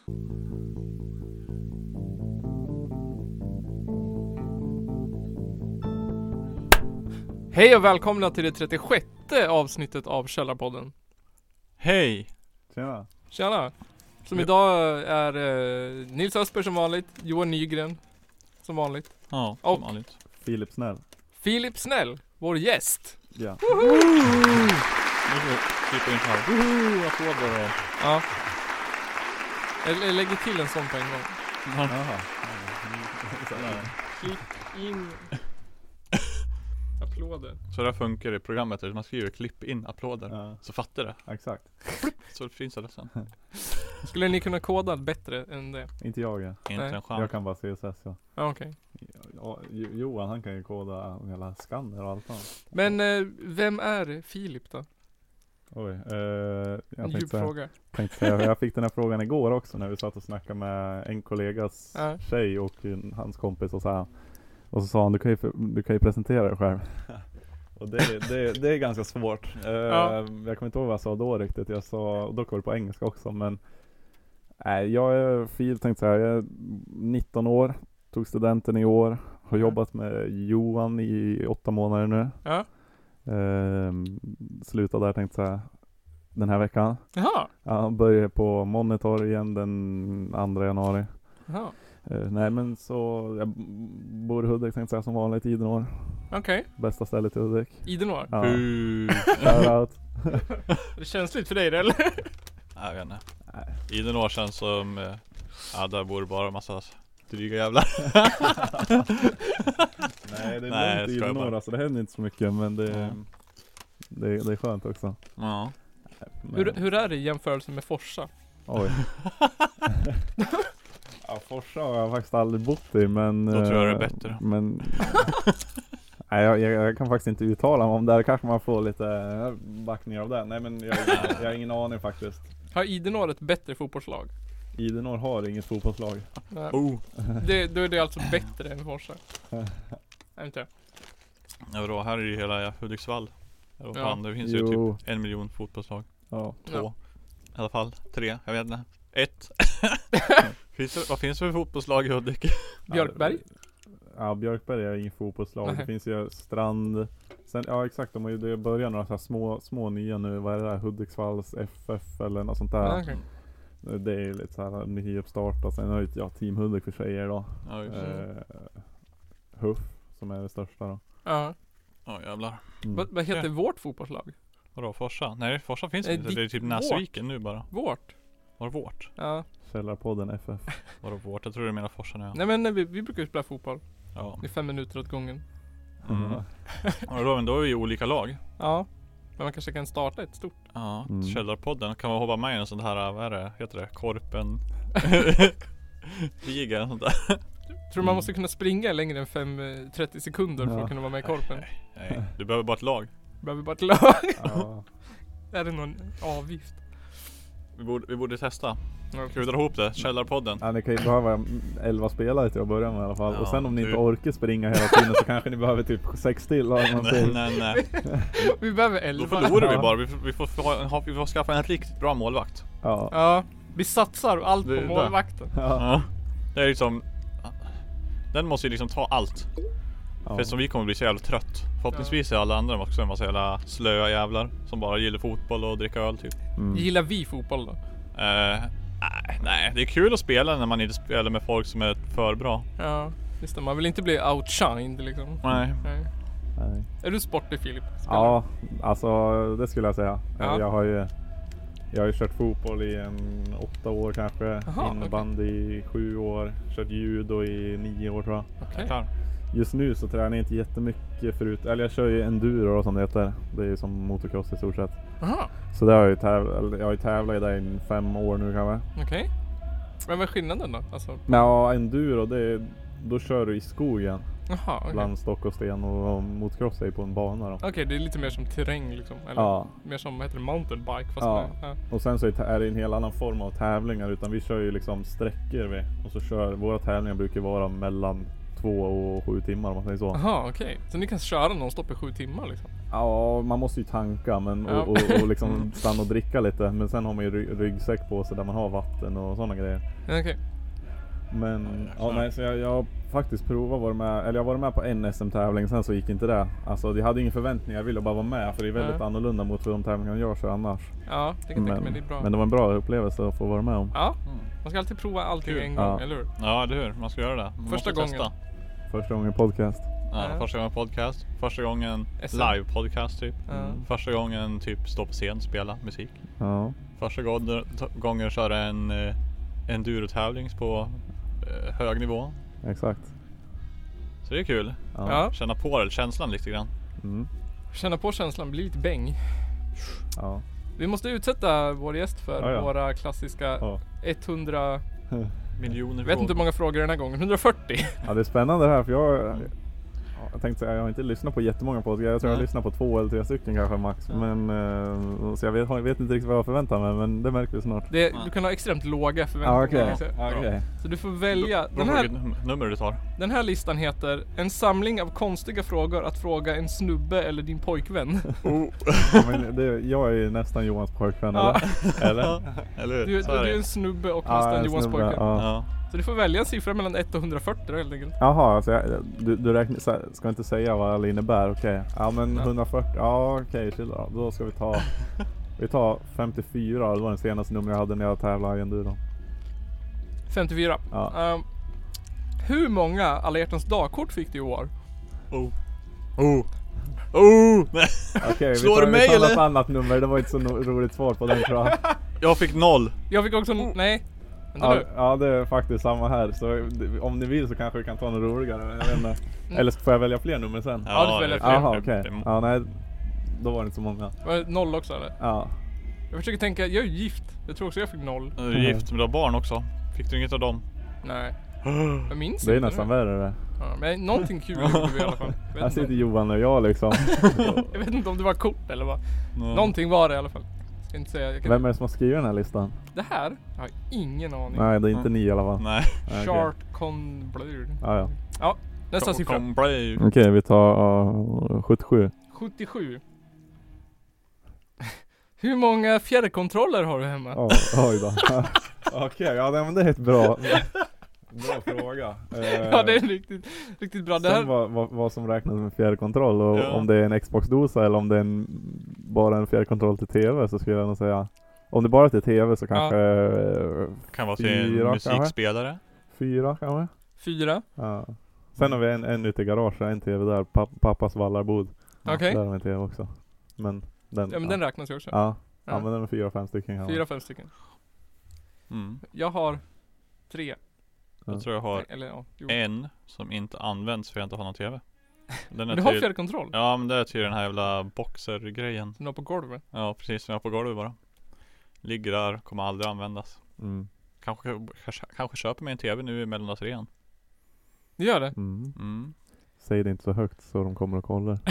Hej och välkomna till det 36:e avsnittet av Källarpodden. Hej! Tjena. Tjena! Som idag är Nils Östberg som vanligt, Johan Nygren som vanligt. Ja, och som vanligt. Filip Snäll. Filip Snäll, vår gäst. Ja. Nu får vi klippa in här. Applåder och... Ja. Jag lägger till en sån på en gång. Jaha. Klipp in applåder. Så där funkar det i programmet. Man skriver klipp in applåder. Ja. Så fattar det. Exakt. Så det finns det sen. Skulle ni kunna koda bättre än det? Inte jag. Ja. Inte Nej. en chans. Jag kan bara CSS. Ja. Ja, okej. Ja, Johan han kan ju koda hela skanner och allt sånt. Men vem är Filip då? Oj. En Jag djup fråga. tänkte säga, jag fick den här frågan igår också när vi satt och snackade med en kollegas Ja. tjej och hans kompis och så sa han du kan ju presentera dig själv. Och det är ganska svårt. Ja. Jag kommer inte ihåg vad jag sa då riktigt. Jag sa, dock var det på engelska också, men jag är tänkte säga, jag är 19 år, tog studenten i år, har jobbat med Johan i 8 månader nu. Ja. Slutade där tänkte säga den här veckan. Jaha. Ja, började på Monitor igen den 2 januari. Jaha. Nej men så jag bor i Hudik tänkte säga som vanligt, Idenår. Okej. Bästa stället i Hudik. Idenår. Ja. Shoutout. Är det känsligt för dig eller? Jag vet inte. Nej. Idenår känns som... där bor bara massa dryga jävlar. Nej, det är Nej, långt i ska jag Idenår, bara. alltså det händer inte så mycket, men det är skönt också. Ja. Men, Hur är det i jämförelse med Forsa? oj. Ja, Forsa har jag faktiskt aldrig bott i, men... Då tror jag det är bättre. Men... Nej, jag kan faktiskt inte uttala mig om det. Kanske man får lite backning av det. Nej, men jag har ingen aning faktiskt. Har Idenår ett bättre fotbollslag? Idenår har inget fotbollslag. Nej. Då är det alltså bättre än Forsa. Är inte det? Ja, då, här är ju hela Hudiksvall. Ja. Fan, det finns ju Jo. typ 1 miljon fotbollslag. Ja. 2. I alla fall. 3. Jag vet inte. 1. Vad finns det för fotbollslag i Hudik? Björkberg? Ja, Björkberg är ingen fotbollslag. Nej. Det finns ju Strand. Sen, ja exakt, de har ju det börjat några så här små nya nu. Vad är det där? Hudiksvalls FF eller något sånt där. Ja, okej. Det är lite så här nyuppstart. Och sen har ju Team Hudik för tjejer då. Ja, just det. Huff som är det största då. Ja. Ja, jävlar. Mm. Vad heter vårt fotbollslag? Vadå, Forsa? Nej, Forsa finns Nej, inte. Det är typ Näsviken nu bara. Vårt? Var det vårt? Ja. Källarpodden FF. Var det vårt? Jag tror du menar Forsa nu. Nej men vi brukar ju spela fotboll. Ja. I 5 minuter åt gången. Mm. Men då är vi i olika lag. Ja. Men man kanske kan starta ett stort. Ja, Mm. Källarpodden. Kan man hoppa med i en sån här, vad är det? Heter det? Korpen? Liga, sånt där. Tror man måste kunna springa längre än 30 sekunder för Ja. att kunna vara med i korpen? Nej, du behöver bara ett lag. Behöver bara ett lag. Ja. Är det någon avgift? Vi borde testa. Ja. Ska vi dra ihop det? Källarpodden. Ja, ni kan ju behöva 11 spelare till att börja med i alla fall. Ja, och sen om ni du- inte orkar springa hela tiden så kanske ni behöver typ 6 till eller någonting. Nej. Vi behöver Då 11. förlorar vi Ja. bara. Vi får skaffa en riktigt bra målvakt. Ja. Ja. Vi satsar allt Det är på det. målvakten. Ja. Ja. Det är liksom... Den måste ju liksom ta allt. Ja. För som vi kommer bli så jävla trött. Förhoppningsvis är alla andra också en massa jävla slöa jävlar. Som bara gillar fotboll och dricka öl typ. Mm. Gillar vi fotboll då? Nej, det är kul att spela när man inte spelar med folk som är för bra. Ja. Just det, man vill inte bli outshined liksom. Nej. Nej. Nej. Är du sportig Filip? Ja, alltså det skulle jag säga. Ja. Jag har ju kört fotboll i 8 år kanske. Aha, Innebandy i 7 år. Kört judo i 9 år tror jag. Okej. Klar. Just nu så tränar jag inte jättemycket förut. Eller jag kör ju enduro och som det heter. Det är ju som motocross i stort sett. Aha. Så det har jag har ju tävlat i det i 5 år nu kanske. Okej. Men vad är skillnaden då? Alltså, Men ja, enduro då kör du i skogen. jaha, okej. Bland stock och sten och motocross är ju på en bana då. Okej, det är lite mer som terräng liksom. Eller Ja. mer som, vad heter det, mountainbike fast Ja. med, Och sen så är det en helt annan form av tävlingar, utan vi kör ju liksom sträckor och så kör våra tävlingar brukar vara mellan 2 och 7 timmar om man säger så. Jaha, okej. Så ni kan köra nonstop i 7 timmar liksom? Ja, man måste ju tanka men, Ja. och liksom stanna och dricka lite. Men sen har man ju ryggsäck på sig där man har vatten och sådana grejer. Okej. Men ja, nej, så jag har faktiskt provat vara med, eller jag var med på en SM-tävling, sen så gick inte det. Alltså jag hade ingen förväntning, jag ville bara vara med för det är väldigt annorlunda mot hur de tävlingarna gör sig annars. Ja, det kan jag tänka mig, det är bra. Men det var en bra upplevelse att få vara med om. Ja, man ska alltid prova allting Kul. en gång, Ja. eller hur? Ja, det hur? Man ska göra det. Man Första måste gången. testa. Första gången podcast. Ja, Ja. första gången podcast. Första gången SM. live podcast typ. Ja. Första gången typ stå på scen, spela musik. Ja. Första gången köra en enduro-tävling på hög nivå. Exakt. Så det är kul. Ja. Känna på det, känslan lite grann. Mm. Känna på känslan, bli lite bäng. Ja. Vi måste utsätta vår gäst för Ja. våra klassiska Ja. 100... Miljoner Jag vet inte hur många frågor den här gången. 140. Ja, det är spännande det här för jag tänkte säga, jag har inte lyssnat på jättemånga podcasts. Jag tror jag har lyssnat på 2 eller 3 stycken kanske max. Ja. Men så jag vet inte riktigt vad jag förväntar mig, men det märker vi snart. Du kan ha extremt låga Ja, förväntningar. okej. Så du får välja. Bra nummer du tar. Den här listan heter En samling av konstiga frågor att fråga en snubbe eller din pojkvän. Ja, men jag är ju nästan Johans pojkvän, Ja. eller? Eller hur? Du Så är är det. en snubbe och Ja, nästan en Johans snubbe, pojkvän. ja. Ja. Så du får välja en siffra mellan 1 och 140 då, helt enkelt. Jaha, alltså du räknar, ska inte säga vad alla innebär, okej. Ja men Ja. 140, ja okej, chill då ska vi tar 54, det var den senaste nummer jag hade när jag tävlade i enduro. 54. Ja. Hur många alla hjärtans dagkort fick du i år? Nej. Okej, Slår du mig, vi tar eller? något annat nummer, det var inte så roligt svar på den tror jag. Jag fick 0. Jag fick också nej. Vänta Ja, nu. ja, det är faktiskt samma här, så om ni vill så kanske vi kan ta något roligare, jag vet inte. Eller får jag välja fler nummer sen? Ja, du får välja fler. Jaha, okej. Ja, nej, då var det inte så många. Var det 0 också eller? Ja. Jag försöker tänka, jag är ju gift. Jag tror också jag fick 0. Du är gift men du har barn också. Fick du inget av dem? Nej. Jag minns Det är inte nästan nu. värre det. Ja, men någonting kul gjorde vi i alla fall. Här sitter Johan och jag liksom. Jag vet inte om det var kort eller vad. Nej. Någonting var det i alla fall. Ska inte säga. Jag kan... Vem är det som har skrivit den här listan? Det här? Jag har ingen aning. Nej, det är inte ni i alla fall. Nej. Nej, okej. Chart Conblur. Ja. Ja, nästa siffra. Okej, vi tar 77. 77. Hur många fjärrkontroller har du hemma? Oj då. Okej, ja men det är ett bra fråga. Ja, det är riktigt bra. Det Sen här... vad som räknas med fjärrkontroll och Ja. om det är en Xbox-dosa eller om det är bara en fjärrkontroll till TV, så skulle jag nog säga om det bara är till TV så kanske Kan vara till 4 en musikspelare. 4 kanske. 4. Ja. Sen har vi en ute i garaget, en TV där, pappas vallarbod. Okej. Där har vi en TV också. Men den, Ja, men den räknas ju också. ja. Ja. Ja, men den är 4-5 stycken kan 4-5 stycken. Mm. Jag har 3. Jag tror jag har Eller ja. Jo. en som inte används för jag inte har någon TV. Den Men du har fjärrkontroll? Ja men det är till den här jävla boxer-grejen. Som du har på golvet? Ja precis, som jag har på golvet bara. Ligger där, kommer aldrig användas. Mm. Kanske köper mig en TV nu i mellandags rean. Det gör det? Mm. Mm. Säg det inte så högt så de kommer och kollar.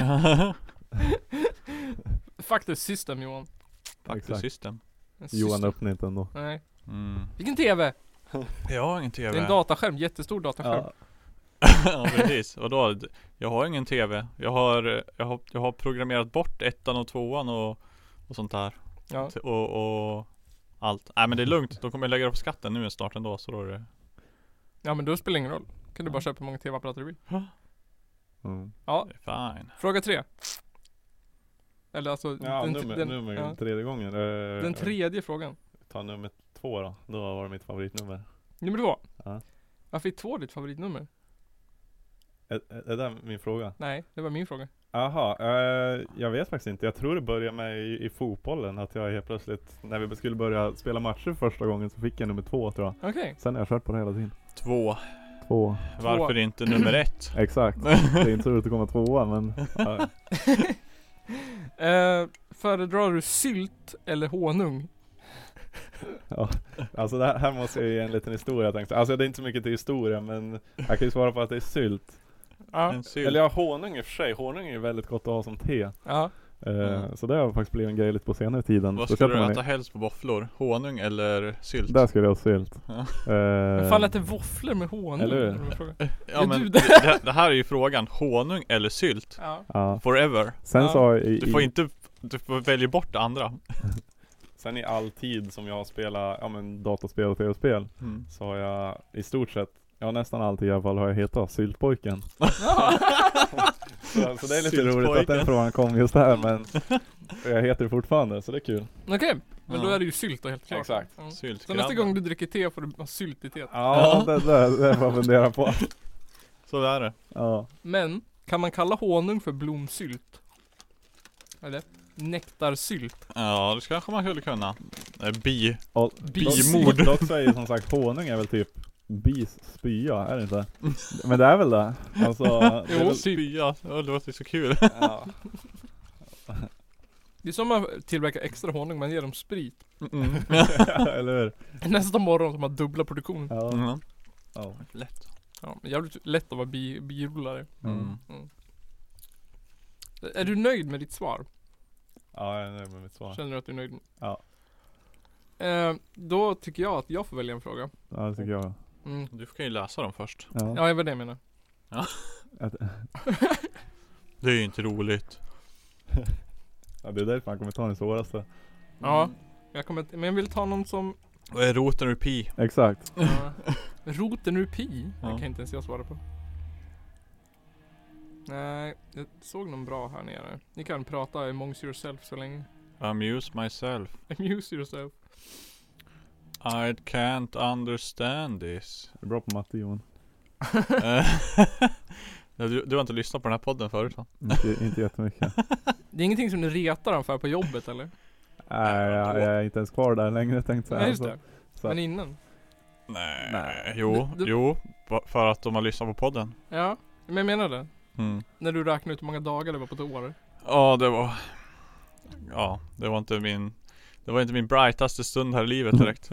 Faktiskt system, Johan. Faktiskt Exakt. system. En Johan system. öppnar inte ändå. Nej. Mm. Vilken TV? Jag har ingen TV. Det är en dataskärm, jättestor dataskärm. Ja precis. Och då, jag har ingen TV. Jag har programmerat bort 1:an och 2:an och sånt där. Ja. Och allt. Nej men det är lugnt. De kommer lägga upp skatten nu snart ändå, så då är det... Ja, men då spelar det ingen roll. Kan du bara köpa hur många TV-apparater du vill. Mm. Ja, Det är fine. fråga 3. Eller alltså Ja, nummer tredje gången. den tredje frågan. Ta nummer 2 då. Då var det mitt favoritnummer. Nummer 2. Ja. Varför är 2 ditt favoritnummer? Är det min fråga? Nej, det var min fråga. Jaha, jag vet faktiskt inte. Jag tror det började med i fotbollen att jag helt plötsligt, när vi skulle börja spela matcher första gången, så fick jag nummer 2 tror jag. Okej. Sen har jag kört på det hela tiden. 2. 2. Varför inte nummer 1? Exakt. Det är inte så roligt att komma 2 men ja. Föredrar du sylt eller honung? Ja, alltså det här måste jag ge en liten historia tänkte. Alltså det är inte så mycket till historia, men jag kan ju svara på att det är sylt. Ja. En sylt. Eller ja, honung i och för sig. Honung är ju väldigt gott att ha som te. Ja. Så det har faktiskt blivit en grej lite på senare tiden. Vad Speciellt skulle du när äta helst på våfflor? Honung eller sylt? Där skulle jag ha sylt. Ja. Men fan äter våfflor med honung? Eller hur? Ja, Är men du det här är ju frågan. Honung eller sylt? Ja. Ja. Forever. Sen Ja. så har jag Du får välja bort det andra. Sen i all tid som jag har spelat dataspel och tv-spel så har jag i stort sett, nästan alltid i alla fall har jag hetat Syltpojken. så det är lite roligt att den frågan kom just här, men jag heter det fortfarande, så det är kul. Okej, men då Ja. är det ju sylt då helt klart. Exakt. Ja. Så Syltgrabben. nästa gång du dricker te får du ha sylt i teet. Ja, det får jag fundera på. Så är det. Ja. Men, kan man kalla honung för blomsylt? Eller? Nektarsylt. Ja, det kanske man skulle kunna. Och Bimord. Dock säger som sagt honung är väl typ bis spya, är det inte? Men det är väl det? Alltså, det är Jo. väl, Spya. Det låter så kul. ja. Det är som man tillverkar extra honung, man ger dem sprit. Eller hur? Nästa morgon som man dubbla produktionen. Ja. Mm. Ja. Lätt. Ja, men jävligt lätt att vara birullare. Mm. Är du nöjd med ditt svar? Ja, jag är nöjd med mitt svar. Känner du att du är nöjd? Ja. Då tycker jag att jag får välja en fråga. Ja, det tycker jag. Mm. Du kan ju läsa dem först. Ja. Ja, det var det jag menar. Det är ju inte roligt. Ja, det är därför man kommer ta den svåraste. Ja, men jag vill ta någon som Vad är roten ur pi? Exakt. roten ur pi. Det Ja. kan inte ens jag svara på. Nej, jag såg någon bra här nere. Ni kan prata amongst yourself så länge. Amuse myself. Amuse yourself. I can't understand this. Du är bra på matte, Johan. Du har inte lyssnat på den här podden förut, va? Inte jättemycket. Det är ingenting som ni retar dem för på jobbet eller? Nej, jag är inte ens kvar där längre, tänkte jag. Nej, just det. Så. Men innan? Nej. Jo, Du- jo. För att de har lyssnat på podden. Ja, men jag menar det. Mm. När du räknar ut hur många dagar det var på ett år. Ja, det var... Det var inte min brightaste stund här i livet direkt.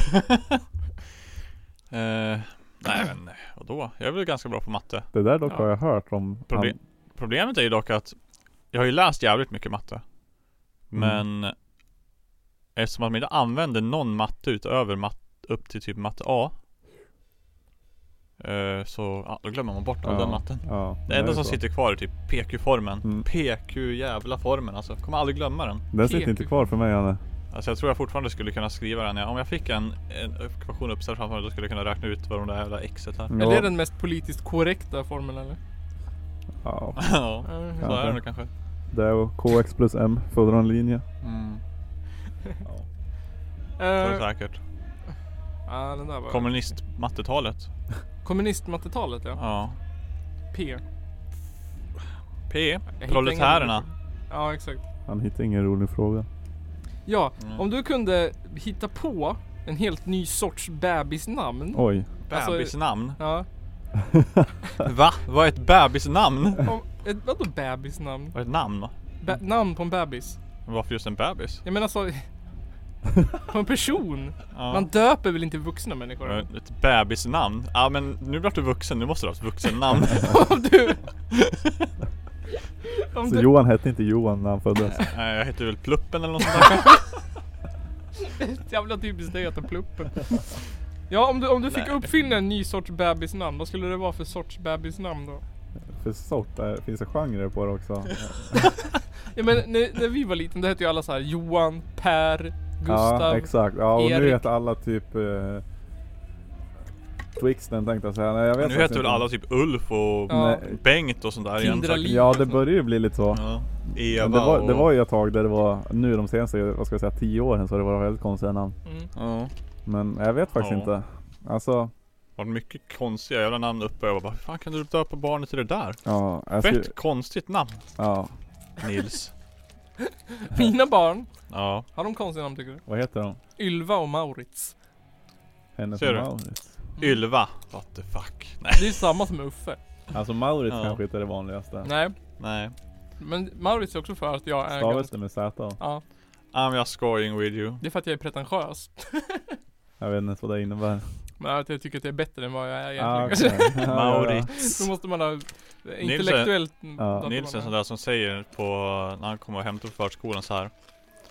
Nej men, vadå? Jag är väl ganska bra på matte. Det där dock har jag hört om. Problemet är ju dock att jag har ju läst jävligt mycket matte. Men eftersom att man inte använder någon matte utöver upp till typ matte A, så då glömmer man bort all den matten. Ja, Det enda är som så. sitter kvar är typ PQ-formen. Mm. PQ-jävla-formen alltså. Jag kommer aldrig glömma den. Den sitter inte kvar för mig, Janne. Alltså jag tror jag fortfarande skulle kunna skriva den. Om jag fick en ekvation uppställd framför mig, då skulle jag kunna räkna ut vad de där jävla xet här. Är det den mest politiskt korrekta formeln eller? Ja, Ja, så Ja. är det nog kanske. det är KX plus M följer en linje. Så är det säkert. Ja, den där var... Kommunistmattetalet. Kommunistmattetalet, ja. Ja. P. P. Jag hittar Proletärerna. ingen- Ja, exakt. Han hittar ingen rolig fråga. Ja, Mm. om du kunde hitta på en helt ny sorts bebisnamn. Oj. Alltså- Bebisnamn. Ja. Va? Vad är ett bebisnamn? Vadå bebisnamn? Vad är ett namn då? Namn på en bebis. Varför just en bebis? Jag menar så... på en person. Ja. Man döper väl inte vuxna människor? Ett bebisnamn? Ja men nu blir du vuxen, nu måste du ha ett vuxennamn. Om du... om Så du... Johan hette inte Johan när han föddes. Nej, jag heter väl Pluppen eller något sånt där kanske? Jävla typiskt det heter pluppen. Ja, om du fick uppfinna en ny sorts bebisnamn, vad skulle det vara för sorts bebisnamn då? För sort, finns det genrer på det också? Ja men när vi var liten, det hette ju alla så här Johan, Per, Gustav. Ja, exakt. Ja, och Erik. nu heter alla typ Twixten, tänkte jag säga. Nej, jag vet Nu faktiskt heter väl inte. alla typ Ulf och Ja. Bengt och sånt där igen. Tindra säkert. Liv. Ja, det börjar ju bli lite så. Ja. Men Eva det var ju ett tag där det var, nu de senaste, vad ska jag säga, 10 åren så har det varit väldigt konstiga namn. Mm. Ja. Men jag vet faktiskt Ja. inte. Alltså, Var det mycket konstiga jävla namn uppe. Jag bara, hur fan kan du döpa barnet till det där? ja. Fett konstigt namn. Ja. Nils. Mina barn, Ja. har de konstiga namn tycker du? Vad heter de? Ylva och Maurits. Hennes Ser och du? Maurits. Ylva. What the fuck. Nej. Det är samma som Uffe. Alltså Maurits Ja. kanske inte är det vanligaste. Nej, Nej. men Maurits är också för att jag är Stavas det med Z? Ja, I'm just going with you. det är för att jag är pretentiös. Jag vet inte vad det innebär. Men att jag tycker att det är bättre än vad jag är egentligen. Okay. Maurits. Då måste man ha intellektuellt... Nils är sån där som säger på när han kommer hem till förskolan så här.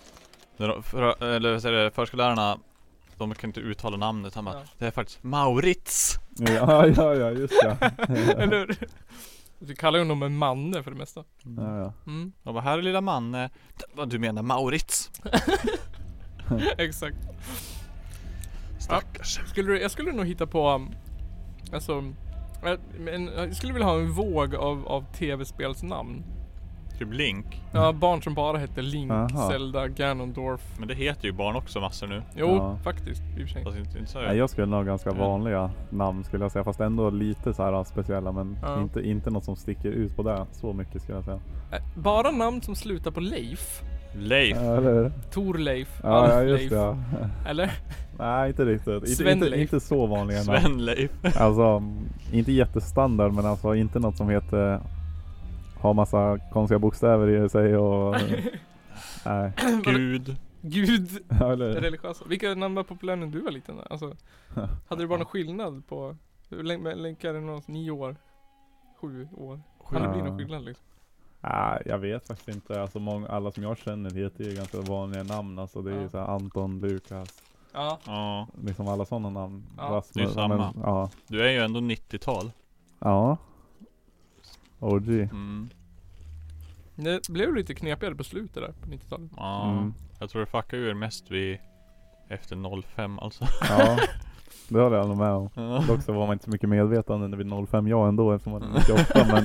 Eller förskollärarna, de kan inte uttala namnet. Han bara, det är faktiskt Maurits. Ja, just det. Eller hur? Du kallar ju honom en manne för det mesta. Ja. Mm. Jag bara, här är lilla manne. Vad du menar Maurits? Exakt. Stackars. Jag skulle nog hitta på alltså jag skulle vilja ha en våg av tv-spelsnamn. Typ Link. Ja, barn som bara heter Link, Aha. Zelda, Ganondorf. Men det heter ju barn också massor nu. Jo, faktiskt i och för sig. Fast inte så Nej, jag skulle nog ganska vanliga namn skulle jag säga. Fast ändå lite så här speciella. Men inte något som sticker ut på det så mycket skulle jag säga. Bara namn som slutar på Leif. Leif. Eller? Torleif. Ja, just Leif. det. Ja. Eller? Nej, inte riktigt. Sven-Leif. Inte så vanliga namn. Sven-Leif. Alltså, inte jättestandard, men alltså inte något som heter har massa konstiga bokstäver i sig och nej. Gud. Eller? Religiösa. Vilka namn var populära när du var liten? Alltså, hade det bara någon skillnad på hur länge är det någon 9 år? 7 år? Kan det bli någon skillnad liksom? Nej, jag vet faktiskt inte. Alltså alla som jag känner heter ju ganska vanliga namn. Alltså det är ju så här Anton, Lukas. Ja. Liksom alla sådana namn. Ja. Det är ju samma. Ja. Du är ju ändå 90-tal. Ja. OG. Mm. Det blev lite knepigare på slutet där på 90-talet. Ja. Jag tror det fuckar ur mest vid efter 05 alltså. Ja. Det håller jag nog med om. Dock så var man inte så mycket medvetande när vi 05 jag ändå eftersom man är 98 men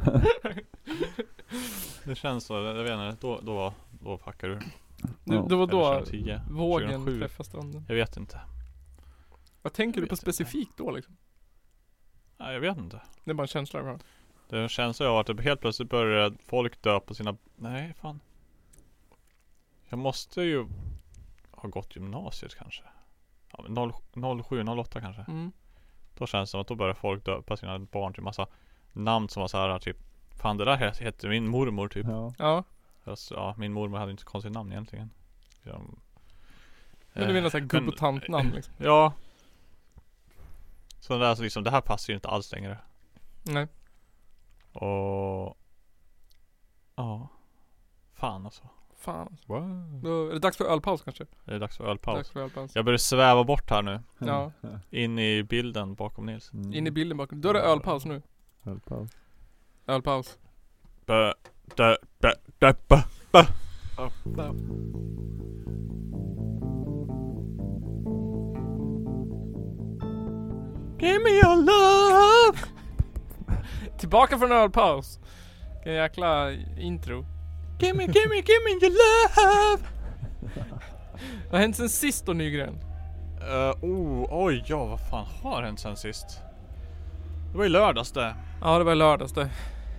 det känns så, jag vet inte, då fuckar du. Det var då 2010, vågen 2007. träffade stranden. Jag vet inte. Vad tänker du på specifikt då liksom? Nej, jag vet inte. Det är bara en känsla jag har. Det är en känsla av att det helt plötsligt börjar folk dö på sina... Nej, fan. Jag måste ju ha gått gymnasiet kanske. Ja, 07, 08 kanske. Mm. Då känns det som att då börjar folk döpa sina barn till massa namn som var så här typ. Fan, det där hette min mormor typ. Ja. Fast, ja, min mormor hade inte så konstigt namn egentligen. Men du menar såhär gubb- och tantnamn liksom? Ja. Så det, alltså, liksom, det här passar ju inte alls längre. Nej. Och... Ja. Fan alltså. Då är det dags för ölpaus kanske? Det är dags för ölpaus. Dags för ölpaus. Jag börjar sväva bort här nu. Ja. In i bilden bakom Nils. In i bilden bakom. Då är det ölpaus nu. Ölpaus. Give me your love. Tillbaka från ölpaus. Vilken jäkla intro. Give me your love. Vad har hänt sen sist då, Nygren? Oj, ja, vad fan har hänt sen sist? Det var ju lördags det. Ja, det var lördags det.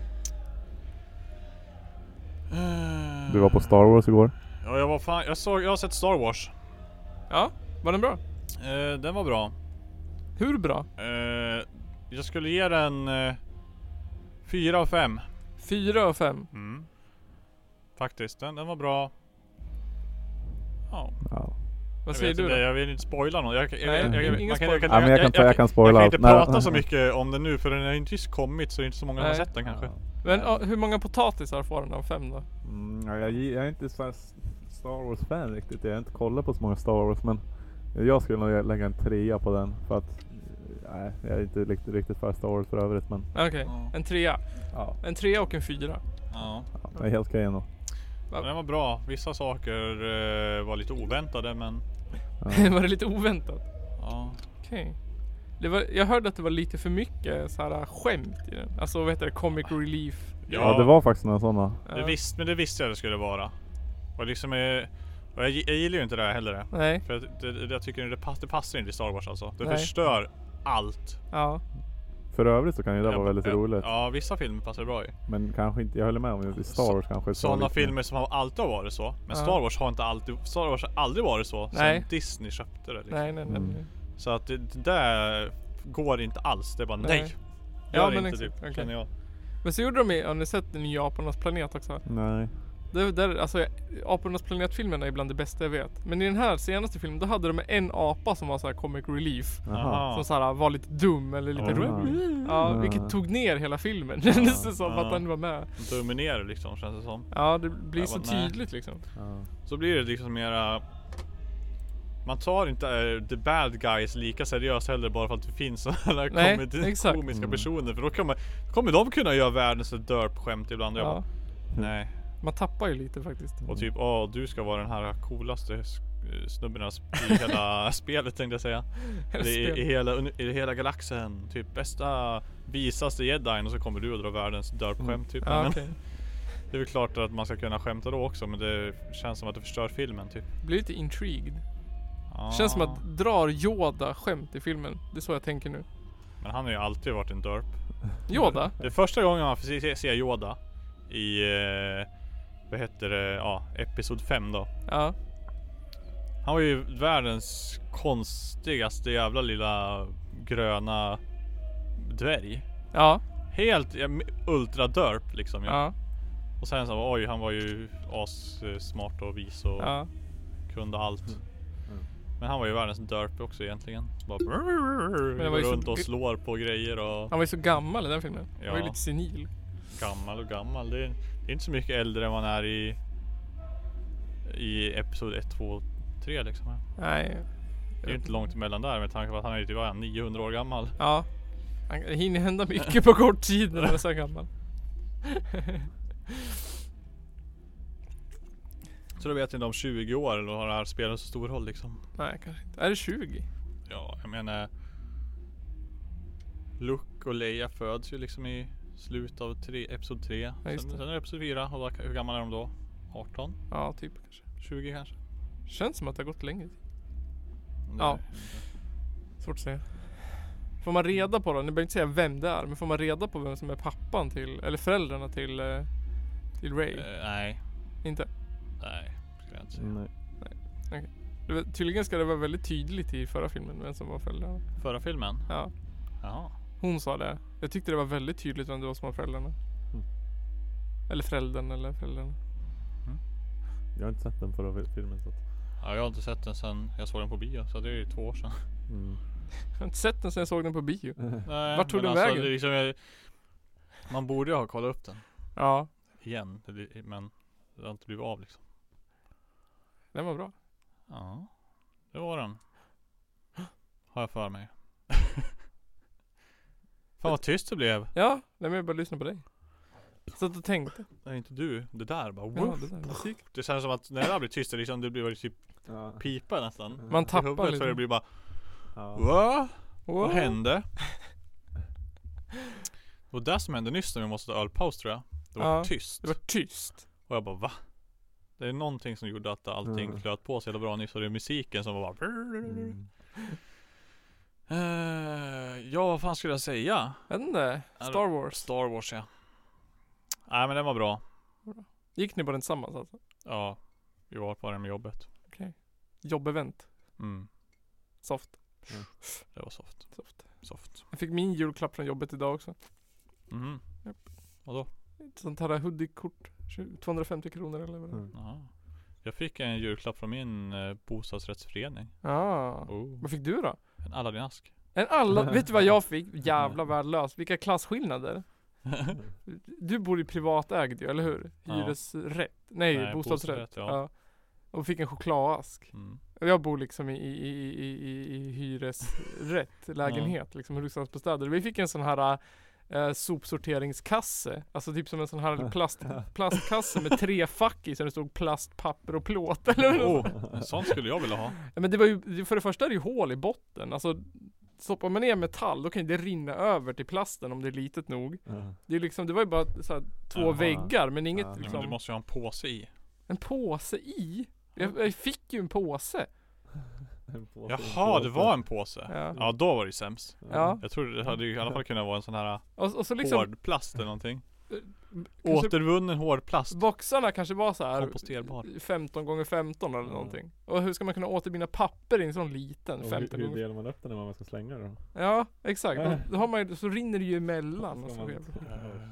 Du var på Star Wars igår? Ja, jag har sett Star Wars. Ja, var den bra? Den var bra. Hur bra? Jag skulle ge den 4 av 5. 4 av 5. Faktiskt, den var bra. Ja. Vad säger du då? Jag vill inte spoila något. Jag kan spoila jag allt. kan inte prata så mycket om den nu för den har inte just kommit så det är inte så många som har sett den kanske. Men hur många potatisar får den av 5 då? Jag är inte så Star Wars-fan riktigt. Jag har inte kollat på så många Star Wars men jag skulle nog lägga en 3 på den för att nej, jag är inte riktigt för Star Wars för övrigt men Okej, en 3. Ja. En 3 och en 4. Ja. Det är helt okej ändå. Den var bra. Vissa saker var lite oväntade men var det lite oväntat? Ja. Okej. Jag hörde att det var lite för mycket så här skämt i den. Alltså vad heter det? Comic relief. Ja, det var faktiskt några sådana. Men det visste jag det skulle vara. Och liksom och jag gillar ju inte det här heller. Nej. För jag tycker det passar inte i Star Wars alltså. Det förstör allt. Ja. För övrigt så kan ju det vara väldigt roligt. Ja, vissa filmer passar bra i. Men kanske inte, jag håller med om Star Wars kanske. Sådana filmer som alltid har varit så. Men Star Wars har aldrig varit så. Nej. Som Disney köpte det liksom. Nej. Så att det där går inte alls. Det är bara nej. Ja, men men inte typ, känner jag. Men så gjorde de har ni sett den i Japanernas planet också? Nej. Alltså Apornas planet-filmen är bland det bästa jag vet. Men i den här senaste filmen, då hade de en apa som var så här comic relief. Jaha. Som så här var lite dum eller lite rolig. Ja, vilket tog ner hela filmen. Det kändes det som att han var med. Dominerar liksom, känns det som. Ja, det blir så tydligt liksom. Så blir det liksom mera... Man tar inte the bad guys lika seriöst heller bara för att det finns sådana komiska personer. För då kommer de kunna göra världens derp-skämt ibland. Och jag bara, nej. Man tappar ju lite faktiskt. Och typ, du ska vara den här coolaste snubben i hela spelet, tänkte jag säga. I hela galaxen. Typ bästa, visaste jedin. Och så kommer du och dra världens derp-skämt typ. Ja, okay. Det är väl klart att man ska kunna skämta då också. Men det känns som att det förstör filmen typ. Blir lite intrigued. Känns som att drar Yoda skämt i filmen. Det är så jag tänker nu. Men han har ju alltid varit en derp. Yoda? Det är första gången man får se Yoda i vad heter det? Ja, episod 5 då. Ja. Han var ju världens konstigaste jävla lilla gröna dvärg. Ja. Helt ultra derp liksom. Ja. Och sen så han var ju smart och vis och kunde allt. Men han var ju världens derp också egentligen. Bara går runt och slår på grejer och... Han var ju så gammal i den filmen. Ja. Han var ju lite senil. Gammal. Det är inte så mycket äldre än man är i episod 1, 2, 3 liksom. Nej. Det är ju inte långt emellan där med tanke på att han är typ 900 år gammal. Ja. Det hinner hända mycket på kort tid när han är så gammal. Så då vet jag inte om 20 år eller har det här spelat så stor roll liksom. Nej, kanske inte. Är det 20? Ja, jag menar Luke och Leia föds ju liksom i slutet av episod 3. Ja, sen är det episod 4 och då, hur gammal är de då? 18? Ja, typ kanske. 20 kanske. Känns som att det har gått längre tid. Nej, ja. Svårt att säga. Får man reda på då? Ni behöver inte säga vem det är, men får man reda på vem som är pappan till, eller föräldrarna till Rey? Nej. Inte? Nej, ska jag inte säga. Nej. Okay. Tydligen ska det vara väldigt tydligt i förra filmen vem som var föräldrarna. Förra filmen? Ja. Jaha. Hon sa det. Jag tyckte det var väldigt tydligt vem det var som var föräldrarna. Eller föräldrarna. Jag har inte sett den förra filmen så att... Ja, jag har inte sett den sen jag såg den på bio, så det är ju 2 år sedan. Jag har inte sett den sen jag såg den på bio. Nej, vart tog den vägen? Liksom, man borde ju ha kollat upp den. Ja. Igen, men det har inte blivit av liksom. Den var bra. Ja, det var den. Har jag för mig. Fan vad tyst det blev. Ja, nej men jag bara lyssna på dig. Så att du tänkte. Nej, inte du. Det där bara. Ja, det där musik. Det känns som att när det där blir tyst liksom, det blir typ pipa nästan. Man tappar lite. Så det blir bara va? Vad hände? Och det som hände nyss när vi måste ha ölpaus tror jag. Det var tyst. Det var tyst. Och jag bara va? Det är någonting som gjorde att allting flöt på så jävla bra nyss. Och det är musiken som var bara ja, vad fan skulle jag säga? Jag vet inte. Star Wars, ja. Nej, men den var bra. Gick ni på den tillsammans alltså? Ja, vi var på den med jobbet. Okej. Jobbevent. Soft. Det var soft. Jag fick min julklapp från jobbet idag också. Japp. Vadå? Sånt här hoodie-kort. 250 kronor eller vad det är. Jag fick en julklapp från min bostadsrättsförening. Vad fick du då? En Aladdin-ask. Vet du vad jag fick? Jävla värdelös. Vilka klassskillnader. Du bor i privatägd ju, eller hur? Hyresrätt. Nej, bostadsrätt. Ja. Och fick en chokladask. Och jag bor liksom i hyresrätt lägenhet liksom, Hudiksvallsbostäder. Vi fick en sån här sopsorteringskasse. Alltså typ som en sån här plastkasse med 3 fack i, så det stod plast, papper och plåt eller sånt skulle jag vilja ha. Ja, men det var ju, för det första är det ju hål i botten. Alltså stoppar man ner metall, då kan det rinna över till plasten om det är litet nog. Det är liksom, det var ju bara så här 2 väggar, men inget liksom. Men du måste ju ha en påse i. En påse i? Jag fick ju en påse. Jaha, det var en påse. Ja, då var det sämst. Ja. Jag tror det hade ju i alla fall kunnat vara en sån här och så liksom, hård plast eller någonting. Återvunnen hård plast. Boxarna kanske var så här komposterbar 15x15 eller någonting. Och hur ska man kunna återvinna papper i en sån liten 15 hur delar man upp den när man ska slänga det då? Ja, exakt. Då har man, så rinner det ju emellan och så.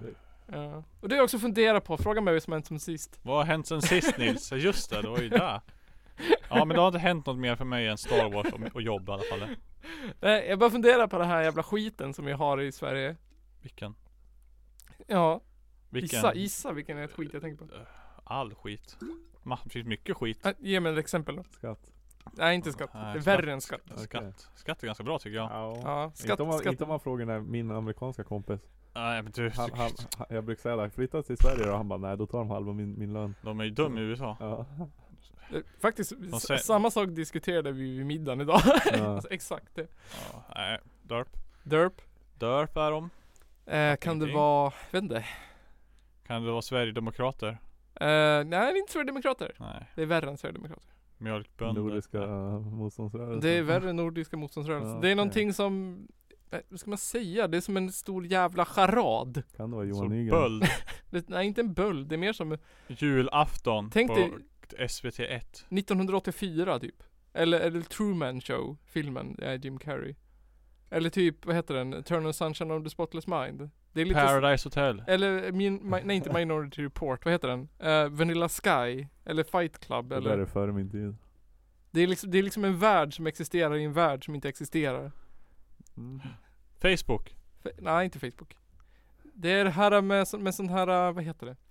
Ja. Och det har jag också funderat på. Fråga mig vad som hänt som sist. Vad har hänt sen sist Nils? Just det var ju där. Ja men det har inte hänt något mer för mig än Star Wars och jobb i alla fall. Nej, jag bara funderar på den här jävla skiten som vi har i Sverige. Vilken? Ja. Vilken? Gissa vilken är ett skit jag tänker på. All skit. Det finns mycket skit. Ge mig ett exempel då. Skatt. Nej, inte skatt. Nej, det är värre än skatt. Okej. Skatt är ganska bra tycker jag. Ja, Inte om man frågar när min amerikanska kompis. Nej men du. Jag brukar säga det. Flytta till Sverige och han bara nej då tar de halva min lön. De är ju dum i USA. Ja. Faktiskt, samma sak diskuterade vi vid middagen idag. Ja. Alltså, exakt det. Ja, nej. Derp är de. Kan det vara, vet inte. Kan det vara Sverigedemokrater? Nej, det är inte Sverigedemokrater. Nej. Det är värre än Sverigedemokrater. Mjölkbönder. Nordiska motståndsrörelsen. Det är värre än Nordiska motståndsrörelsen. Ja, det är någonting som, vad ska man säga? Det är som en stor jävla charad. Kan det vara Johan Så Nygren? böld. Nej, inte en böld. Det är mer som Julafton tänk på dig SVT1. 1984 typ. Eller Truman Show, filmen, Jim Carrey. Eller typ, vad heter den? Eternal Sunshine of the Spotless Mind. Det är lite Paradise Hotel. eller nej, inte Minority Report, vad heter den? Vanilla Sky eller Fight Club Det eller där är före min tid. det är liksom en värld som existerar i en värld som inte existerar. Facebook. Nej, inte Facebook. Det är det här med sån här, vad heter det?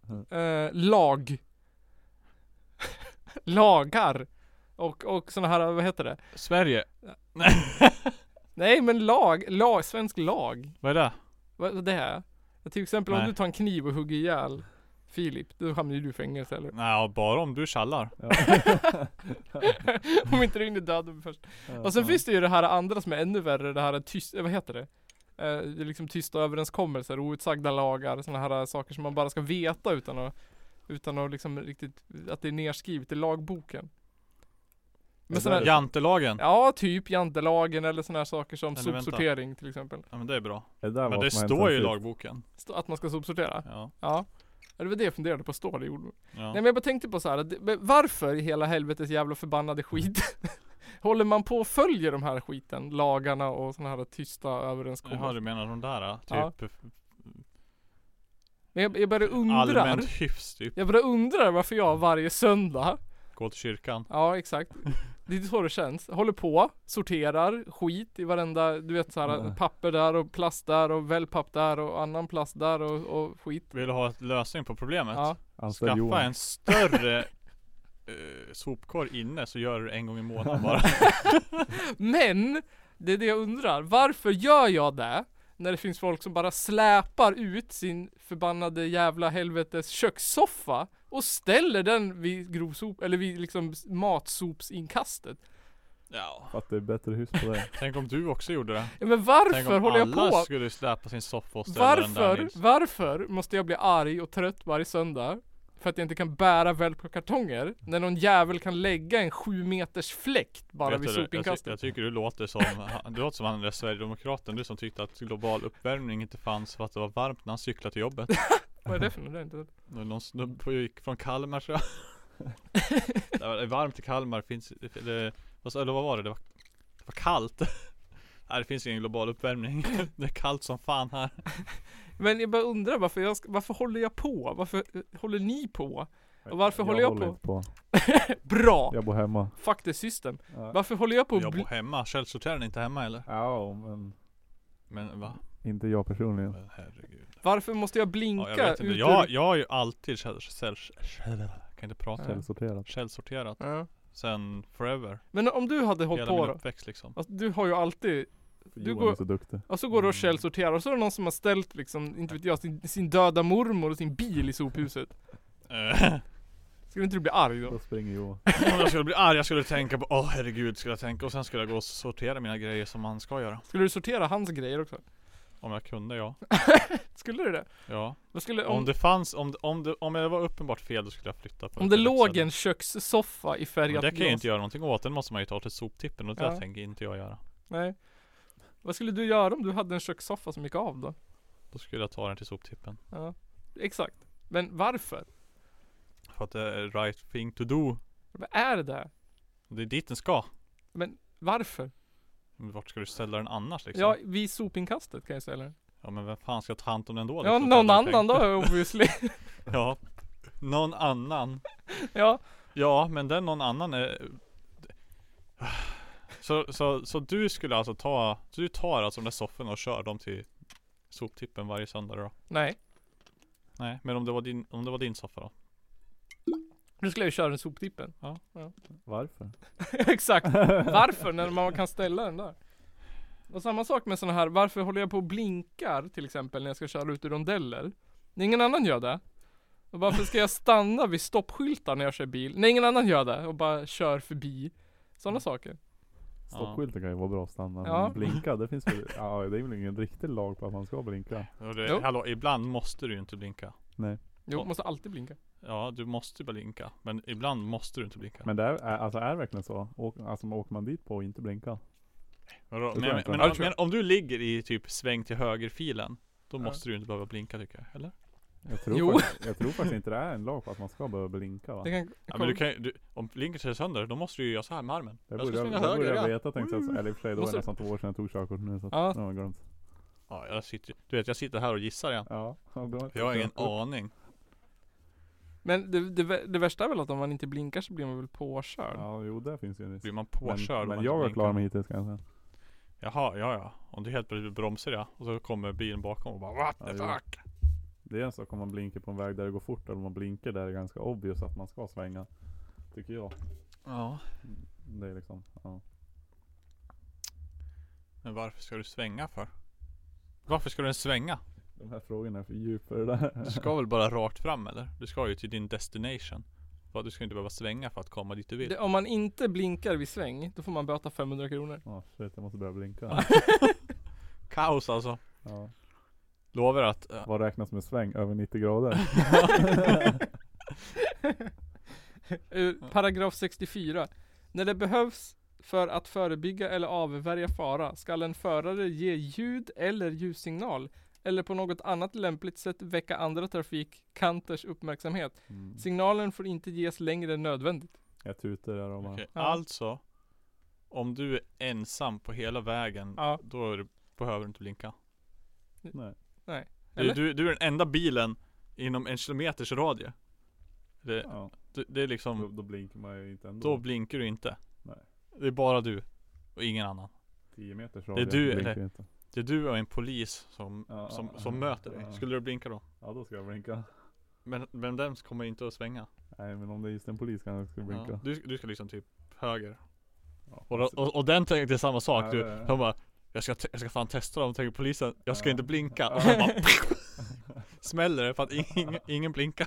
Lagar. Och såna här, vad heter det? Sverige. Nej, men svensk lag. Vad är det? Vad det är? Till exempel om du tar en kniv och hugger ihjäl Filip, då hamnar ju du i fängelse eller? Nej, bara om du tjallar. Ja. Om inte du är död först. Och sen finns det ju det här andra som är ännu värre, det här vad heter det? Det är liksom tysta överenskommelser, outsagda lagar, såna här saker som man bara ska veta utan att liksom riktigt, att det är nerskrivet i lagboken. Men Jantelagen? Ja, typ jantelagen eller såna här saker som eller sopsortering till exempel. Ja men det är bra. Men det står ju i lagboken. Att man ska sopsortera? Ja. Ja. Det var det jag funderade på, står det gjorde. Ja. Nej men jag bara tänkte på så här, varför i hela helvetes jävla förbannade skit håller man på och följer de här skiten, lagarna och såna här tysta överenskommelser? Jaha, du menar de där typ men jag bara undrar. allmänt hyfs typ. Jag bara undrar varför jag varje söndag Gå till kyrkan. Ja, exakt. Det är så det känns. Håller på, sorterar skit i varenda, du vet såhär papper där och plast där och wellpapp där och annan plast där och skit. Vill du ha ett lösning på problemet? Ja. Skaffa en större sopkorg inne så gör du det en gång i månaden bara. Men, det är det jag undrar. Varför gör jag det? När det finns folk som bara släpar ut sin förbannade jävla helvetes kökssoffa och ställer den vid grovsop, eller vid liksom matsopsinkastet. Ja. För att det är bättre hus på det. Tänk om du också gjorde det. Ja, men varför håller jag på? Alla skulle släpa sin soffa och ställa den där. Varför måste jag bli arg och trött varje söndag? För att jag inte kan bära väl på kartonger när någon jävel kan lägga en 7 meters fläkt bara vid sopinkastet. Jag tycker du låter som han där Sverigedemokraten. Du som tyckte att global uppvärmning inte fanns för att det var varmt när han cyklade till jobbet. Vad är det för något? Det var någon snubbe gick från Kalmar tror jag. Det var varmt i Kalmar. Eller vad var det? Det var kallt. Nej, det finns ingen global uppvärmning. Det är kallt som fan här. Men jag bara undrar varför håller jag på? Varför håller ni på? Och varför håller jag på? Bra! Jag bor hemma. Fuck the system. Ja. Varför håller jag på? Jag bor hemma. Källsorterar ni inte hemma eller? Ja, men va? Inte jag personligen. Men, herregud. Varför måste jag blinka? Ja, jag vet inte. Jag har ju alltid källsorterat. Ja. Sen forever. Men om du hade hållit på då? Uppväxt, liksom. Alltså, du har ju alltid Du går så duktig. Och så går du och källsorterar och så är det någon som har ställt liksom, inte vet jag, sin döda mormor och sin bil i sophuset. Skulle inte du bli arg då? Då springer jag. Om jag skulle bli arg, jag skulle tänka på herregud skulle jag tänka. Och sen skulle jag gå och sortera mina grejer som man ska göra. Skulle du sortera hans grejer också? Om jag kunde, ja. Skulle du det? Ja. Skulle, om det fanns, om det var uppenbart fel, då skulle jag flytta på. Om det låg en kökssoffa i färgat glas. Det kan jag inte göra någonting åt. Den måste man ju ta till soptippen. Och det Ja. tänker inte jag göra. Nej. Vad skulle du göra om du hade en kökssoffa som gick av då? Då skulle jag ta den till soptippen. Ja, exakt. Men varför? För att det är right thing to do. Vad är det där? Det är dit den ska. Men varför? Men vart ska du ställa den annars liksom? Ja, vid sopinkastet kan jag ställa den. Ja, men vem fan ska ta hand om den då? Ja, någon annan då obviously. Ja, någon annan. Ja. Ja, men den någon annan är... Så du skulle alltså du tar alltså de där sofforna och kör dem till soptippen varje söndag då? Nej. Nej, men om det var din soffa då? Nu skulle jag köra den soptippen. Ja. Varför? Exakt. Varför när man kan ställa den där? Och samma sak med såna här, varför håller jag på och blinkar till exempel när jag ska köra ut i rondeller? När ingen annan gör det. Och varför ska jag stanna vid stoppskyltar när jag kör bil? När ingen annan gör det och bara kör förbi. Sådana saker. Stoppskylten kan ju vara bra att stanna. Ja. Blinka, det finns väl, ja det är väl ingen riktig lag på att man ska blinka. Hallå, ibland måste du ju inte blinka. Nej. Jo, måste alltid blinka. Ja, du måste blinka. Men ibland måste du inte blinka. Men det är det verkligen så? Åker man dit på och inte blinka? Men om du ligger i typ sväng till högerfilen, då måste du inte behöva blinka tycker jag, eller? Jag tror faktiskt inte det är en lag på att man ska behöva blinka, va? Men om blinket ser sönder, då måste du ju göra så här med armen. Det borde jag veta, tänkte jag. Eller i och för sig, då är det nästan 2 år sedan jag tog körkort nu, så ja. Nu har jag glömt. Ja, jag sitter här och gissar igen. Ja, jag har ingen aning. Men det värsta är väl att om man inte blinkar så blir man väl påkörd. Ja, jo det finns ju en risk. Blir man påkörd? Men jag har klarat mig hittills, kan jag säga. Jaha, ja. Om du helt plötsligt bromsar det och så kommer bilen bakom och bara what the fuck? Det är en sak om man blinkar på en väg där det går fort, eller om man blinkar där det är ganska obvious att man ska svänga. Tycker jag. Ja. Det är liksom, ja. Men varför ska du svänga för? Varför ska du svänga? De här frågorna är för djupa det där. Du ska väl bara rakt fram eller? Du ska ju till din destination. Du ska inte behöva svänga för att komma dit du vill. Om man inte blinkar vid sväng, då får man böta 500 kronor. Shit, jag måste börja blinka. Kaos alltså. Ja. Lovar att... Vad räknas med sväng? Över 90 grader? Paragraf 64. När det behövs för att förebygga eller avvärja fara ska en förare ge ljud eller ljussignal eller på något annat lämpligt sätt väcka andra trafikanters uppmärksamhet. Signalen får inte ges längre än nödvändigt. Jag tutar där och bara. Ja. Alltså, om du är ensam på hela vägen, då behöver du inte blinka. Nej. Du är den enda bilen inom 1 kilometers radie. Det är liksom... Då blinkar man ju inte ändå. Då blinkar du inte. Nej. Det är bara du och ingen annan. 10 meters radie. Det är du och en polis som möter dig. Skulle du blinka då? Ja, då ska jag blinka. Men den kommer inte att svänga. Nej, men om det är just en polis kan jag ska blinka. Du ska liksom typ höger. Och den tänkte samma sak. Han bara, jag ska fan testa dem, tänker polisen. Jag ska inte blinka. Och så bara smäller det för att ingen blinkar.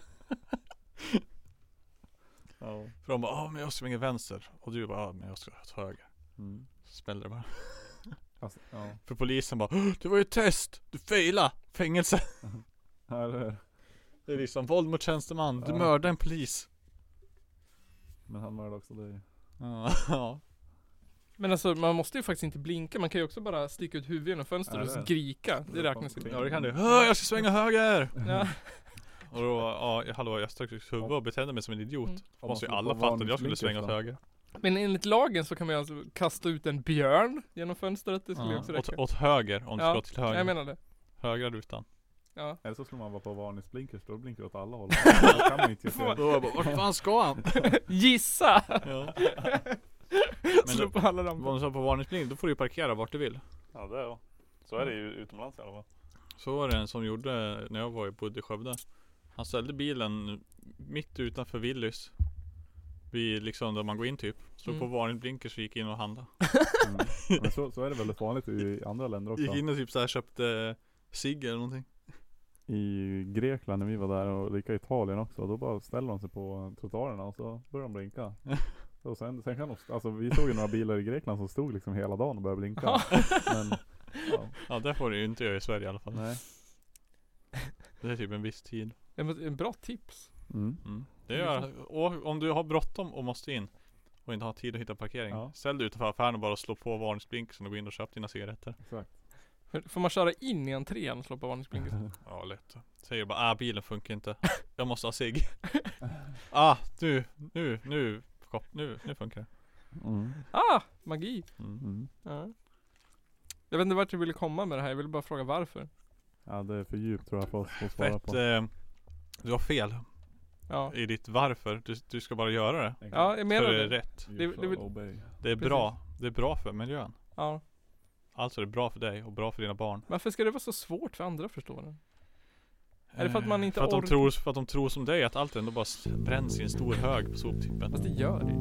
För de bara, men jag svänger vänster. Och du bara, men jag ska ta höger. Så smäller det bara. Alltså, för polisen bara, det var ju ett test. Du failade. Fängelse. Det är liksom våld mot tjänsteman. Du mördade en polis. Men han mördade också dig. Ja. Men alltså man måste ju faktiskt inte blinka. Man kan ju också bara sticka ut huvudet genom fönstret och skrika. Det räknas inte. Ja, det kan du. Jag ska svänga höger. Ja. Och då, jag stack ut huvudet och betedde mig som en idiot. Måste ju alla fatta att jag skulle svänga åt höger. Men enligt lagen så kan man ju alltså kasta ut en björn genom fönstret. Det skulle också räcka. Åt höger, om du ska till höger. Jag menar det. Högra rutan. Ja. Eller så skulle man vara på varningsblinkers, då blinkar åt alla håll. Då kan man inte göra det. Då bara, vart fan ska han? Gissa! Ja. Slå på alla ramper. Om du står på varningsblink, då får du ju parkera vart du vill. Ja, det är så är det ju utomlands i alla fall. Så var det en som gjorde när jag bodde i Skövde. Han ställde bilen mitt utanför Willys. Vid liksom där man går in typ. Så på varningsblinkers så gick in och handlade. Men så är det väldigt vanligt i andra länder också. Gick in och typ så här köpte cigg eller någonting. I Grekland när vi var där och lika i Italien också, då bara ställer de sig på trottoarerna och så börjar de blinka. Och sen kan de, alltså vi såg ju några bilar i Grekland som stod liksom hela dagen och började blinka. Men, ja, det får du ju inte göra i Sverige i alla fall. Nej. Det är typ en viss tid. En bra tips. Det gör, och om du har bråttom och måste in och inte har tid att hitta parkering, ställ dig utanför affären och bara slå på varningsblinksen och gå in och köp dina cigaretter. Exakt. Får man köra in i entrén och slå på varningsblinksen? Ja, lätt. Säger bara, bilen funkar inte. Jag måste ha cigg. Nu funkar det. Magi. Ja. Jag vet inte vart jag ville komma med det här. Jag ville bara fråga varför. Ja, det är för djupt tror jag för oss att svara på. Du har fel i ditt varför. Du ska bara göra det. Ja, jag menar för det. Det är rätt. Det är Precis. bra. Det är bra för miljön. Ja. Alltså det är bra för dig och bra för dina barn. Varför ska det vara så svårt för andra att förstå det? Är det för att man inte för att de tror som dig att allt ändå bara bränns i en stor hög på soptippen. Fast det gör det.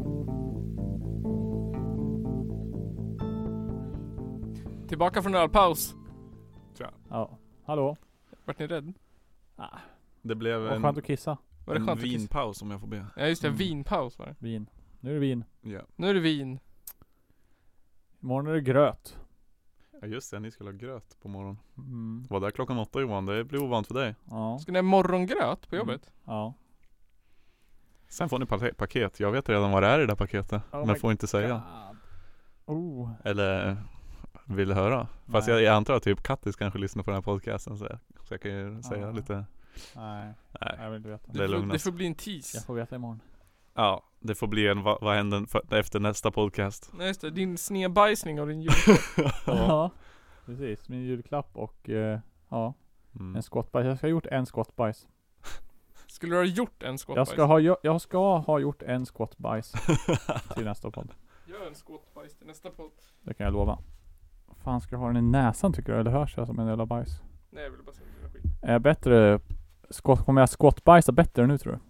Tillbaka från ölpaus. Tror jag. Ja. Hallå? Vart ni rädd? Det blev Vad skönt att kissa. Var det en skönt att kissa? vinpaus om jag får be. Ja just det, vinpaus var det. Vin. Nu är det vin. Ja. Nu är det vin. Imorgon är det gröt. Ja just det, ni skulle ha gröt på morgonen. Mm. Var där klockan 8 Johan, det blir ovant för dig. Ja. Ska ni ha morgongröt på jobbet? Ja. Sen får ni paket. Jag vet redan vad det är i det där paketet. Men får inte säga. Oh. Eller vill höra. Fast jag antar att typ Kattis kanske lyssnar på den här podcasten. Så jag kan ju säga lite. Nej, jag vill inte veta. Det får bli en tease. Jag får veta imorgon. Ja, det får bli en vad händer efter nästa podcast. Nej just det, din snedbajsning och din julklapp. Ja, precis. Min julklapp och en skottbajs. Jag ska ha gjort en skottbajs. Skulle du ha gjort en skottbajs? Jag ska ha gjort en skottbajs till nästa podd. Gör en skottbajs till nästa podd. Det kan jag lova. Fan, ska jag ha den i näsan tycker du? Eller hörs jag som en jävla bajs? Nej jag vill bara säga det skit. Är jag bättre? Kommer jag skottbajsa bättre nu tror du?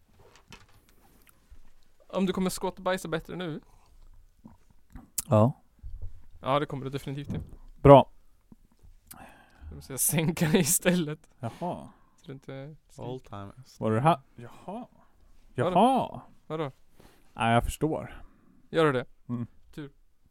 Om du kommer skottbajsa bättre nu? Ja. Ja det kommer du definitivt till. Bra. Då måste jag sänka dig istället. Jaha. Så du inte... All timers. Var det här? Jaha. Vadå? Nej, jag förstår. Gör du det? Mm. Tur.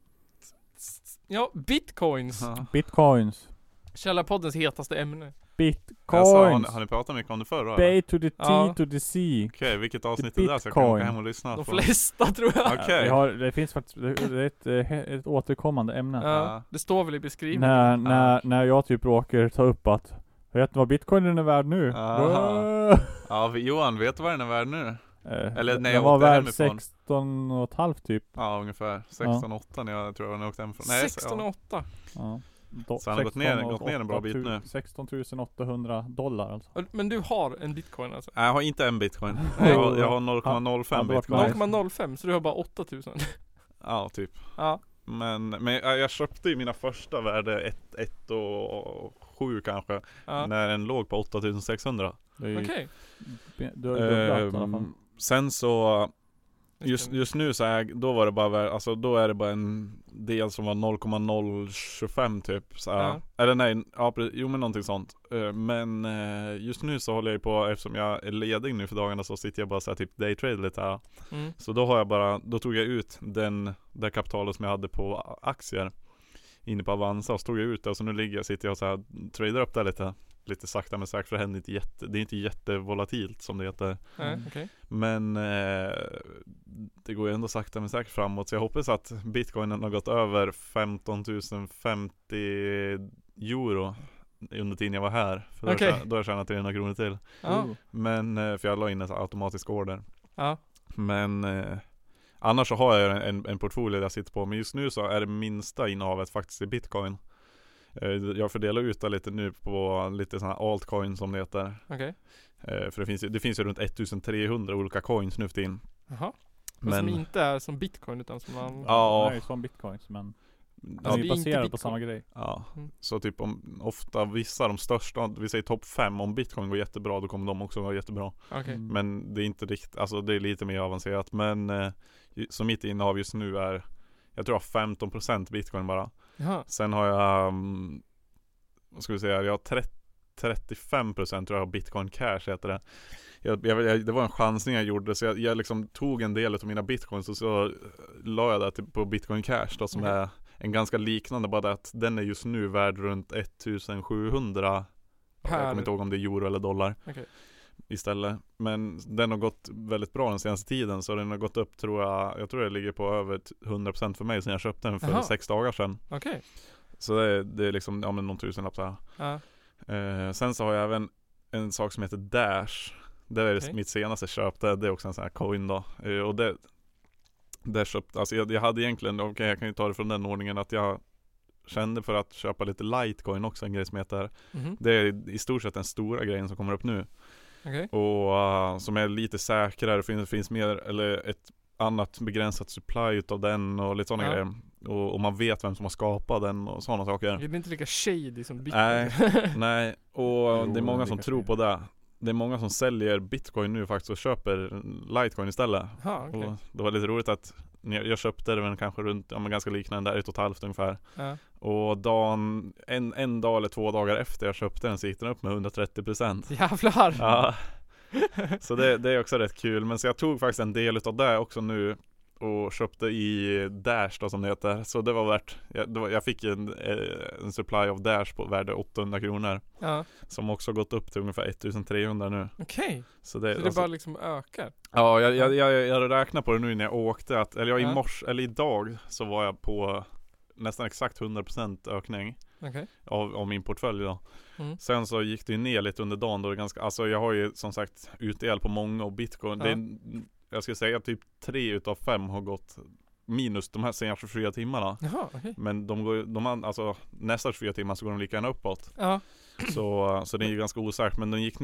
Ja, bitcoins. Bitcoins. Källarpoddens hetaste ämne. Bitcoins. Alltså, har ni pratat mycket om det förr? Bay to the T to the C. Okej, vilket avsnitt är det där så jag kan åka hem och lyssna? De flesta tror jag. Okej. Det finns faktiskt det är ett återkommande ämne. Ja, det står väl i beskrivningen. När jag typ råkar ta upp att vet du vad bitcoinen är värd nu? Ja, Johan, vet du vad den är värd nu? Eller nej, jag var värd 16,5 typ. Ja, ungefär 16,8 när jag tror jag åkte hemifrån. 16,8. Ja. Så han har gått ner en bra bit nu. 16 800 dollar alltså. Men du har en bitcoin alltså? Nej, jag har inte en bitcoin. Jag har 0,05 bitcoin. 0,05 så du har bara 8000. Ja, typ. Ja. Men jag köpte ju mina första värde 1,7 kanske. När den låg på 8600. Okej. Du har dubblat i alla fall. Sen så just nu så då var det bara alltså då är det bara en del som var 0,025 typ så här. Eller nej, men någonting sånt. Men just nu så håller jag på, eftersom jag är ledig nu för dagarna så sitter jag bara så här typ daytrade lite här. Så då har jag då tog jag ut det kapitalet som jag hade på aktier inne på Avanza och så tog jag ut det och så nu sitter jag och så här tradar upp det lite sakta men säkert för det händer det är inte jättevolatilt som det heter. Okay. Men det går ju ändå sakta men säkert framåt så jag hoppas att bitcoinen har gått över 15 050 euro under tiden jag var här. För då har jag tjänat 300 kronor till. Men för jag la in en automatisk order. Men annars så har jag en portfolio jag sitter på. Men just nu så är det minsta innehavet faktiskt i bitcoin. Jag fördelar ut det lite nu på lite sådana altcoins som det heter. För det finns ju runt 1300 olika coins nu för tiden. Men som inte är som bitcoin utan som man... Ja, det är som bitcoins men det är baserat på samma grej. Ja, så typ ofta vissa de största, vi säger topp 5 om bitcoin går jättebra, då kommer de också vara jättebra. Men det är inte riktigt, alltså det är lite mer avancerat. Men så mitt innehav just nu är, jag tror jag har 15% bitcoin bara. Sen har jag vad ska vi säga, jag har 35% tror jag har bitcoin cash heter det. Det var en chansning jag gjorde så jag liksom tog en del av mina bitcoins och så la jag det på bitcoin cash då, som är en ganska liknande, bara att den är just nu värd runt 1700 jag kommer inte ihåg om det är euro eller dollar istället. Men den har gått väldigt bra den senaste tiden så den har gått upp jag tror det ligger på över 100% för mig sen jag köpte den för 6 dagar sedan. Så det är liksom någon tusenlapp så här. Sen så har jag även en sak som heter Dash. Det är mitt senaste köp. Det är också en sån här coin då. Och det köpte, alltså jag hade egentligen, jag kan ju ta det från den ordningen att jag kände för att köpa lite Litecoin också, en grej som heter. Mhm. Det är i stort sett den stora grejen som kommer upp nu. Okej. Och som är lite säkrare, finns mer, eller ett annat begränsat supply utav den och lite sådana Ja. grejer. Och man vet vem som har skapat den och sådana saker. Det är inte lika shady som Bitcoin. Nej, nej. Och Jo, det är många det som kanske tror är. på det. Det är många som säljer Bitcoin nu faktiskt och köper Litecoin istället. Jaha, okej. Och det var lite roligt att jag köpte det men kanske runt, ja men ganska liknande där, 1,5 ungefär. Ja. Och en dag eller 2 dagar efter jag köpte den så gick den upp med 130%. Jävlar! Ja. Så det är också rätt kul. Men så jag tog faktiskt en del utav det också nu och köpte i Dash då, som det heter. Så det var värt, jag fick en supply of Dash på värde 800 kronor. Ja. Som också gått upp till ungefär 1300 nu. Okej. Så det, Så det bara liksom ökar? ja, jag räknar på det nu när jag åkte att, eller Ja. eller idag så var jag på nästan exakt 100% ökning Okej. av min portfölj då. Mm. Sen så gick det ju ner lite under dagen då det ganska, alltså jag har ju som sagt utdel på många och Bitcoin. Ja. Det är, jag skulle säga typ 3 utav 5 har gått minus de här senaste 24 timmarna. Jaha, okej. Men alltså nästa 24 timmar så går de lika gärna uppåt. Ja. Så det är ju ganska osäkert, men den gick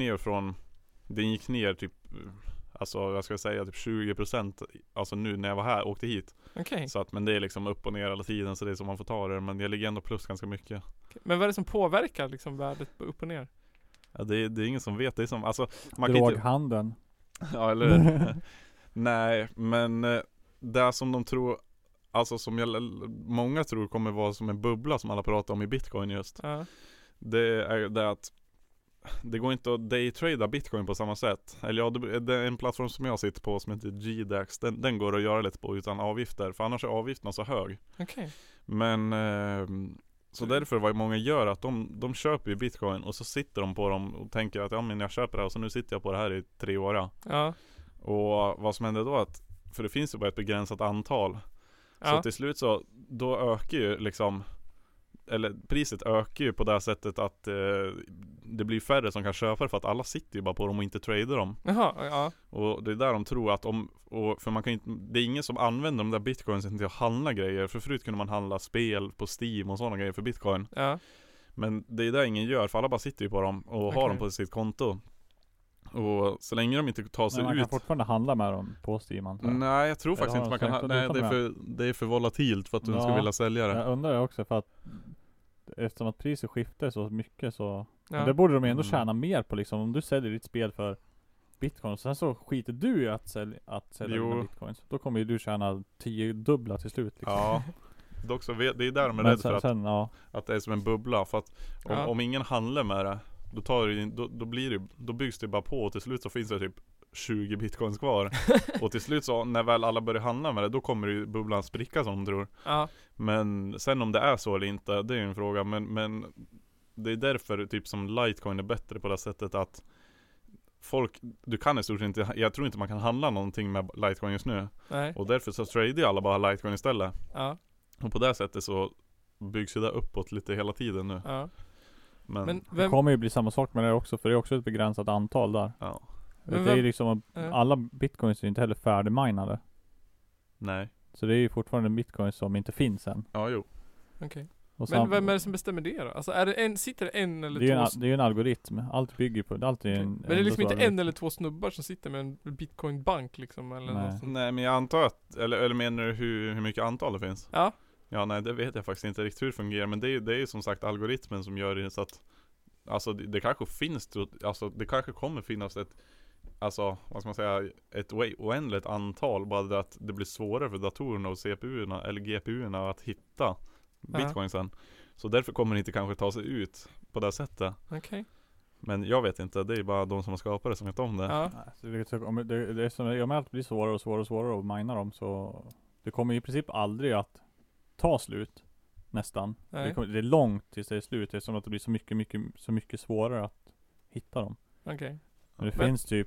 ner typ, alltså jag ska säga typ 20%, alltså nu när jag var här, åkte hit. Okej. Så att, men det är liksom upp och ner hela tiden, så det är som man får ta det, men jag ligger ändå plus ganska mycket. Men vad är det som påverkar liksom värdet på upp och ner? Ja, det är ingen som vet, det är som, alltså man kan inte, Droghandeln. ja eller hur? Nej, men det som de tror, alltså många tror kommer vara som en bubbla som alla pratar om i Bitcoin just. Ja. Det är det att det går inte att daytrada Bitcoin på samma sätt. Eller ja, det är en plattform som jag sitter på som heter GDAX. Den går att göra lite på utan avgifter, för annars är avgifterna så hög. Okej. Men så därför vad många gör att de köper ju Bitcoin och så sitter de på dem och tänker att ja men jag köper det här och så nu sitter jag på det här i 3 år. Ja. Ja. Och vad som händer då att, för det finns ju bara ett begränsat antal. Så Ja. till slut så då ökar ju liksom, eller priset ökar ju på det här sättet att det blir färre som kan köpa det, för att alla sitter ju bara på dem och inte tradar dem. Jaha, ja. Och det är där de tror att för man kan inte, det är ingen som använder de där bitcoinsen till att handla grejer. För förut kunde man handla spel på Steam och sådana grejer för bitcoin. Ja. Men det är det ingen gör, för alla bara sitter ju på dem och har dem på sitt konto. Och så länge de inte tar sig Men man ut. kan fortfarande handla med dem på Steam, antar jag. Nej, jag tror faktiskt Eller inte man har kan de nej, sänkt det är för volatilt för att du ska Ja. vilja sälja det. Jag undrar också, för att eftersom att priset skiftar så mycket så Ja. men det borde de ändå Mm. tjäna mer på liksom. Om du säljer ditt spel för Bitcoin och sen så skiter du i att sälja Jo. dina Bitcoins. Då kommer ju du tjäna 10-dubbla till slut liksom. Ja. Dock så det är där de är Men rädda för sen, ja. att det är som en bubbla. För att Ja. om ingen handlar med det, då byggs det bara på och till slut så finns det typ 20 bitcoins kvar. Och till slut så när väl alla börjar handla med det, då kommer ju bubblan spricka som de tror. Ja. Men sen om det är så eller inte, det är ju en fråga. Men det är därför typ som Litecoin är bättre på det sättet att du kan i stort sett inte, jag tror inte man kan handla någonting med Litecoin just nu. Nej. Och därför så tradar alla bara Litecoin istället. Ja. Och på det sättet så byggs ju det uppåt lite hela tiden nu. Ja. Men Men Det vem... kommer ju bli samma sak med det också, för det är också ett begränsat antal där. ja, Men Det är ju vem- liksom, Ja. alla Bitcoins är ju inte heller färdigminade. nej. Så det är ju fortfarande en Bitcoin som inte finns än. Ja, jo. Okej. Och Men vem är det som bestämmer det då? Alltså är det sitter det en eller det är ju två... det är ju en algoritm. Allt bygger på, allt är ju Okej. en Men det är liksom enda inte stor en eller två snubbar som sitter med en bitcoinbank liksom eller Nej. något sånt. Nej, men jag antar att, eller menar du hur mycket antal det finns? Ja. Ja, nej, det vet jag faktiskt inte riktigt hur det fungerar. Men det är ju som sagt algoritmen som gör det så att, alltså det kanske finns, alltså det kanske kommer finnas ett, alltså vad ska man säga, ett oändligt antal, bara det att det blir svårare för datorerna och CPUerna eller GPUerna att hitta bitcoinsen. Så därför kommer det inte kanske ta sig ut på det sättet. Okej. Men jag vet inte, det är bara de som har skapat det som vet om det. Ja. Nej, så det är som, om allt blir svårare och svårare och svårare att mina dem, så det kommer i princip aldrig att ta slut. Nästan. Nej. Det är långt tills det är slut. Det är som att det blir så mycket svårare att hitta dem. Okej. Men det Men- finns typ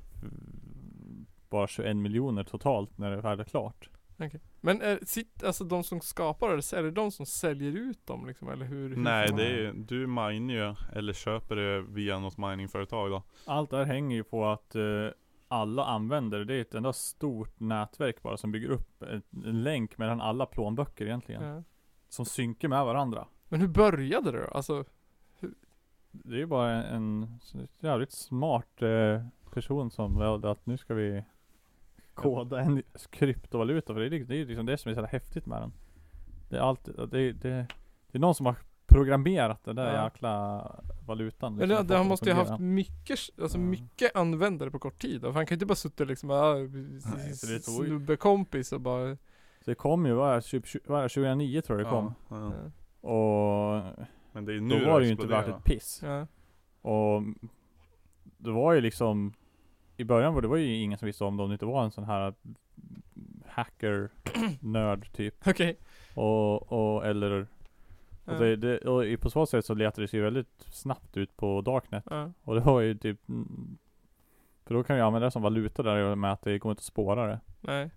bara 21 miljoner totalt när det väl är klart. Men alltså de som skapar det, är det de som säljer ut dem liksom, eller hur Nej, funkar det är, du minar ju eller köper det via något miningföretag då. Allt det här hänger ju på att alla använder det. är ett enda stort nätverk bara som bygger upp en länk mellan alla plånböcker egentligen. Ja. Som synkar med varandra. Men hur började det då? Alltså, det är ju bara en jävligt smart person som valde att nu ska vi koda en kryptovaluta. För det är liksom det som är så häftigt med den. Det är allt, det är någon som har programmerat den där jäkla valutan. Men liksom, han måste ju ha haft mycket användare på kort tid då. För han kan ju inte bara sitta liksom snubbekompis och bara... Så det kom ju, 2009 tror jag det kom. Ja. Och men det är nu då var det ju inte värt ett piss. Ja. Och det var ju liksom i början var ju ingen som visste om det inte var en sån här hacker nörd typ. Okej. Och eller och på så sätt så letade det sig väldigt snabbt ut på Darknet. Ja. Och det var ju typ för då kan jag använda det som valuta där med att det går inte att spåra det. Nej.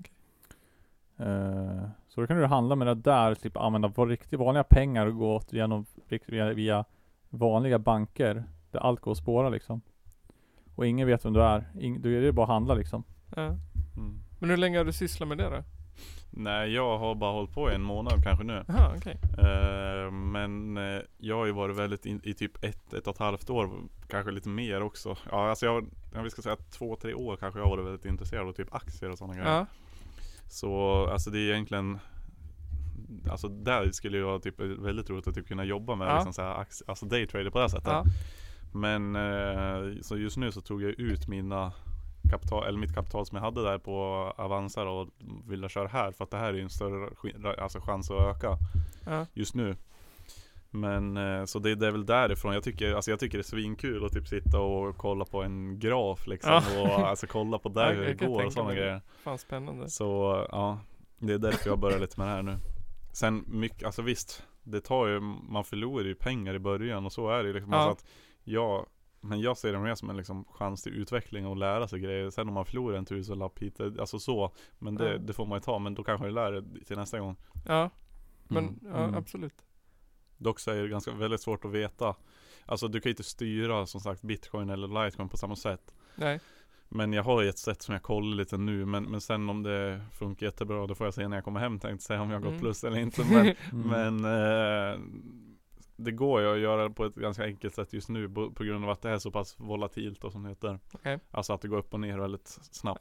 Så då kan du handla med det där, typ använda riktigt vanliga pengar och gå via vanliga banker där allt går att spåra liksom. Och ingen vet vem du är. Du är det bara att handla liksom. Ja. Men hur länge har du sysslat med det då? Nej, jag har bara hållit på 1 månad kanske nu. Aha, okej. Men jag har ju varit väldigt i typ 1,5 år, kanske lite mer också. Ja, alltså jag ska säga 2-3 år kanske jag har varit väldigt intresserad av typ aktier och sådana grejer. Ja. Så alltså det är egentligen, alltså där skulle jag typ väldigt roligt att typ kunna jobba med liksom så här, alltså daytrader på det sättet. Ja. Men så just nu så tog jag ut mitt kapital som jag hade där på Avanza och ville köra här för att det här är ju en större chans att öka just nu. Men så det är väl därifrån jag tycker det är svinkul att typ sitta och kolla på en graf liksom och alltså kolla på där hur det går och sådana grejer. Fan spännande. Så ja, det är därför jag börjar lite med det här nu. Sen mycket, alltså visst, det tar ju, man förlorar ju pengar i början och så är det liksom. Alltså att men jag ser det mer som en liksom chans till utveckling och lära sig grejer. Sen om man förlorar en 1000-lapp hit, alltså så, men det får man ju ta, men då kanske jag lär det till nästa gång. Ja, men absolut. Dock så är det ganska väldigt svårt att veta. Alltså du kan ju inte styra som sagt Bitcoin eller Litecoin på samma sätt. Nej. Men jag har ju ett sätt som jag kollar lite nu, men sen om det funkar jättebra, då får jag se när jag kommer hem, tänkte säga om jag har gått plus eller inte. Men det går ju att göra på ett ganska enkelt sätt just nu på grund av att det är så pass volatilt och som det heter. Okay. Alltså att det går upp och ner väldigt snabbt.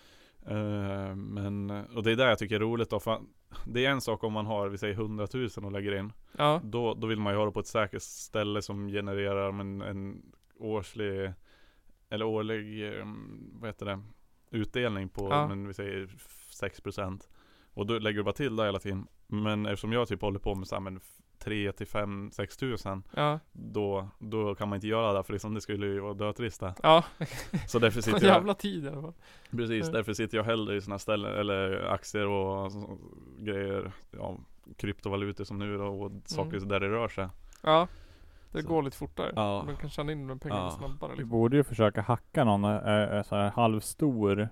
Och det är där jag tycker är roligt då, för det är en sak om man har, vi säger 100 000 och lägger in. Då vill man ju ha det på ett säkert ställe som genererar en årlig vad heter det, utdelning på men vi säger 6%. Och då lägger du bara till det hela tiden. Men eftersom jag typ håller på med så här, 3 till 5-6 tusen, då kan man inte göra det, för liksom det skulle ju vara dödtrist. Så därför sitter jag jävla tid i alla fall. Precis, därför sitter jag hellre i såna ställen eller aktier och grejer, kryptovalutor som nu då, och saker där det rör sig. Ja. Det går lite fortare. Man kan tjäna in de pengarna snabbare. Vi borde ju försöka hacka någon så här halvstor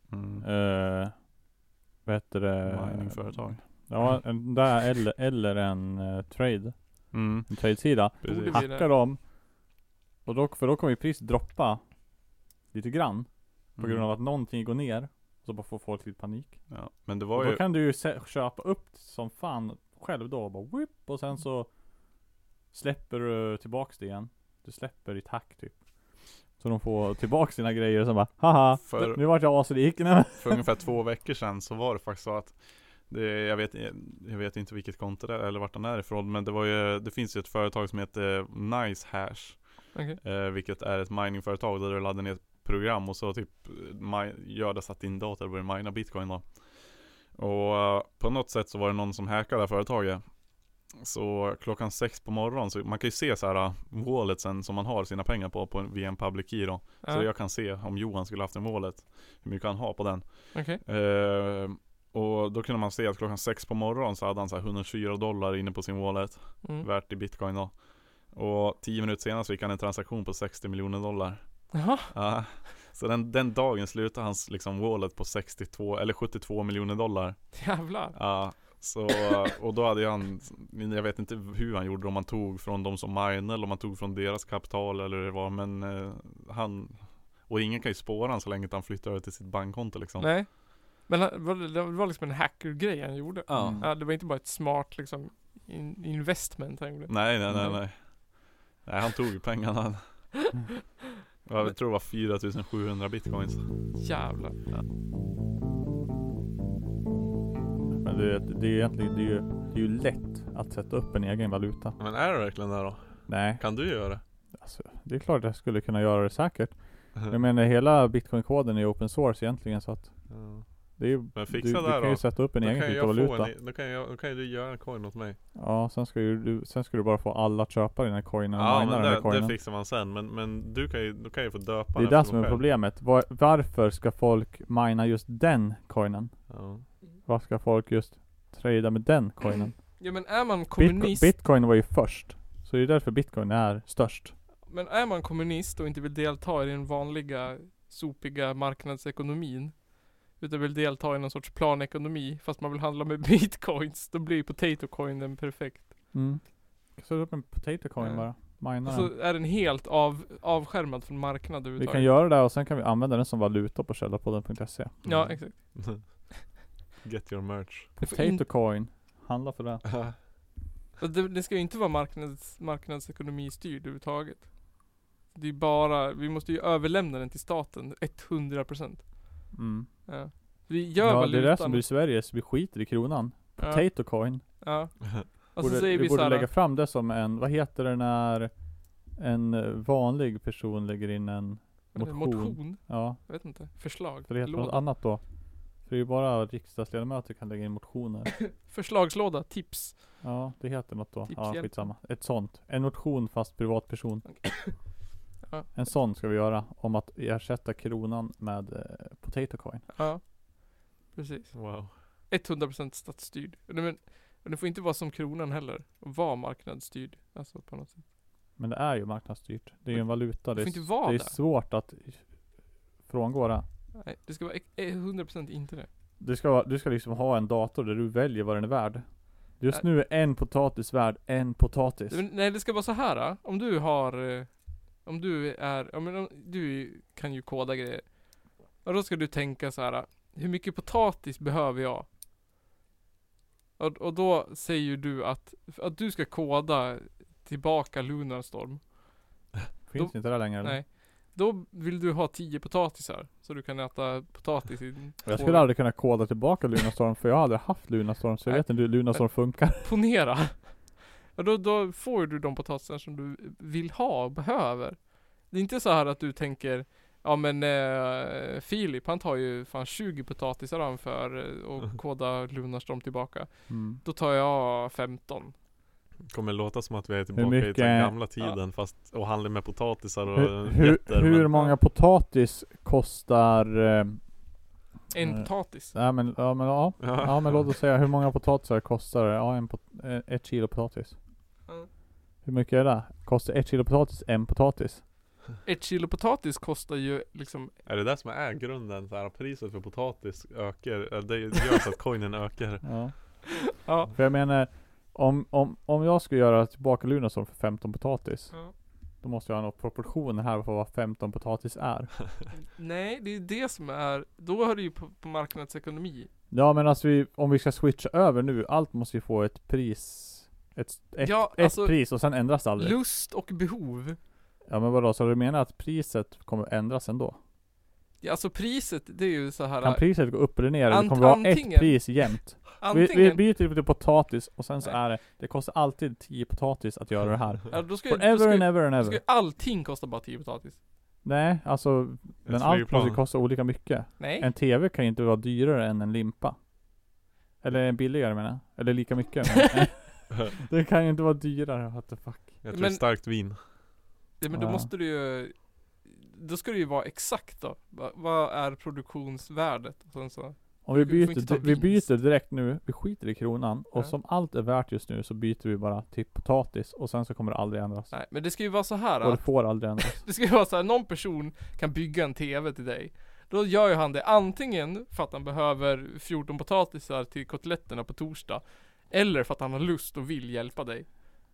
vad heter det? Miningföretag. Ja, eller en trade. En trade-sida. Hacka dem. Och då kommer ju priset droppa lite grann. På grund av att någonting går ner. Så bara får folk lite panik. Ja, men det var och då kan du ju köpa upp som fan själv då. Bara whip, och sen så släpper du tillbaks det igen. Du släpper ditt hack typ. Så de får tillbaks sina grejer och så bara, haha, nu vart jag asrik. För ungefär 2 veckor sedan så var det faktiskt så att jag vet inte vilket konto det är eller vart den är ifrån, men det finns ju ett företag som heter NiceHash. Vilket är ett miningföretag där du laddar ner ett program och så typ gör det så att din dator börjar mina bitcoin då. Och på något sätt så var det någon som hackade det här företaget. Så klockan 6 på morgonen, så man kan ju se så här walletsen som man har sina pengar på via en public key då. Så jag kan se om Johan skulle haft en wallet, hur mycket han har på den. Och då kunde man se att klockan 6 på morgonen så hade han så här $124 inne på sin wallet, värt i bitcoin då. Och 10 minuter senare så gick han en transaktion på $60 miljoner. Ja. Så den dagen slutade hans liksom wallet på 62 eller $72 miljoner. Jävlar. Ja. Så, och då hade han, jag vet inte hur han gjorde, om man tog från de som minade eller om man tog från deras kapital eller det var, men och ingen kan ju spåra han så länge att han flyttar över till sitt bankkonto liksom. Nej. Men det var liksom en hackergrej han gjorde. Det var inte bara ett smart liksom investment. Nej. Nej, han tog ju pengarna. Jag tror det var 4700 bitcoins. Jävlar. Ja. Men det är egentligen det är ju lätt att sätta upp en egen valuta. Men är det verkligen det då? Nej. Kan du göra det? Alltså, det är klart att jag skulle kunna göra det säkert. Jag menar hela bitcoin-koden är open source egentligen, så att det är ju, men fixa du kan ju sätta upp en egen kryptovaluta. Då kan ju du göra en coin åt mig. Ja, sen ska du bara få alla att köpa den här coinen och ja, mina den här coinen. Det fixar man sen, men du kan ju få döpa. Det är det som är problemet. Varför ska folk mina just den coinen? Ja. Varför ska folk just trada med den coinen? Ja, men är man kommunist... Bitcoin var ju först. Så det är därför bitcoin är störst. Men är man kommunist och inte vill delta i den vanliga sopiga marknadsekonomin, utan vill delta i någon sorts planekonomi, fast man vill handla med bitcoins, då blir potato coinen perfekt. Så upp en potato coin bara. Mina och så är den helt avskärmad från marknaden. Vi kan göra det och sen kan vi använda den som valuta på källarpodden.se. Ja, exakt. Get your merch. Potato coin. Handla för det. Det ska ju inte vara marknadsekonomi styrd överhuvudtaget. Det är bara, vi måste ju överlämna den till staten 100%. Ja. Vi gör valutan. Det är det som blir i Sverige, så vi skiter i kronan. Potato coin. Ja. Och så säger vi borde såhär, lägga fram det som en, vad heter det när en vanlig person lägger in en motion? Ja. Jag vet inte. Förslag. För det heter något annat då. För det är ju bara riksdagsledamöter kan lägga in motioner. Förslagslåda, tips. Ja, det heter något då. Tipshjälp. Ja, skitsamma. Ett sånt. En motion fast privatperson. Okay. Ja. En sån ska vi göra om att ersätta kronan med potato coin. Ja, precis. Wow. 100% statsstyrd. Men det får inte vara som kronan heller. Vara marknadsstyrd. Alltså på något sätt. Men det är ju marknadsstyrt. Det är ju en valuta. Det får inte vara det är svårt att frångå det. Nej, det ska vara 100% inte det. Du ska liksom ha en dator där du väljer vad den är värd. Just nu är en potatis värd en potatis. Nej, det ska vara så här. Om du har... Om du kan ju koda grejer. Och då ska du tänka så här: hur mycket potatis behöver jag? Och då säger du att du ska koda tillbaka Lunarstorm. Finns då, inte det längre? Nej. Då vill du ha 10 potatisar. Så du kan äta potatis i... Jag skulle aldrig kunna koda tillbaka Lunarstorm. För jag har aldrig haft Lunarstorm. Så jag vet inte hur Lunarstorm funkar. Ponera. Och då får du de potatisar som du vill ha och behöver. Det är inte så här att du tänker, ja men Filip han tar ju fan 20 potatisar för och koda Lunarstorm tillbaka. Då tar jag 15. Kommer låta som att vi är tillbaka i den gamla tiden fast och handlar med potatisar och hur många potatis kostar en potatis? Ja men låt oss säga hur många potatisar kostar ett kilo potatis. Hur mycket är det? Kostar 1 kilo potatis en potatis? 1 kilo potatis kostar ju liksom... Är det som är grunden? Så här, priset för potatis ökar. Det gör så att coinen ökar. Ja. För jag menar, om jag ska göra tillbaka Lunarstorm för 15 potatis, då måste jag ha några proportioner här för vad 15 potatis är. Nej, det är det som är... Då har du ju på marknadsekonomi. Ja, men alltså om vi ska switcha över nu, allt måste ju få ett pris. Ett pris och sen ändras det aldrig. Lust och behov. Ja men vadå, så du menar att priset kommer ändras ändå? Ja, alltså priset, det är ju så här. Kan priset gå upp eller ner? Det kommer vara ett pris jämt. Vi byter till potatis och sen så är det kostar alltid 10 potatis att göra det här. Ja, då ska Forever and ever and ever. Ska allting kosta bara 10 potatis? Nej, alltså men allt måste kosta olika mycket. Nej. En TV kan ju inte vara dyrare än en limpa. Eller en billigare menar jag. Eller lika mycket. Men det kan ju inte vara dyrare, what the fuck. Jag tror starkt vin. Ja, men då måste du ju... Då ska det ju vara exakt då. Vad är produktionsvärdet? Och sen så. Om vi byter direkt nu. Vi skiter i kronan. Och som allt är värt just nu så byter vi bara till potatis. Och sen så kommer det aldrig ändras. Nej, men det ska ju vara så här. Och det får aldrig ändras. Det ska ju vara så här. Någon person kan bygga en TV till dig. Då gör ju han det antingen för att han behöver 14 potatisar till kotletterna på torsdag. Eller för att han har lust och vill hjälpa dig.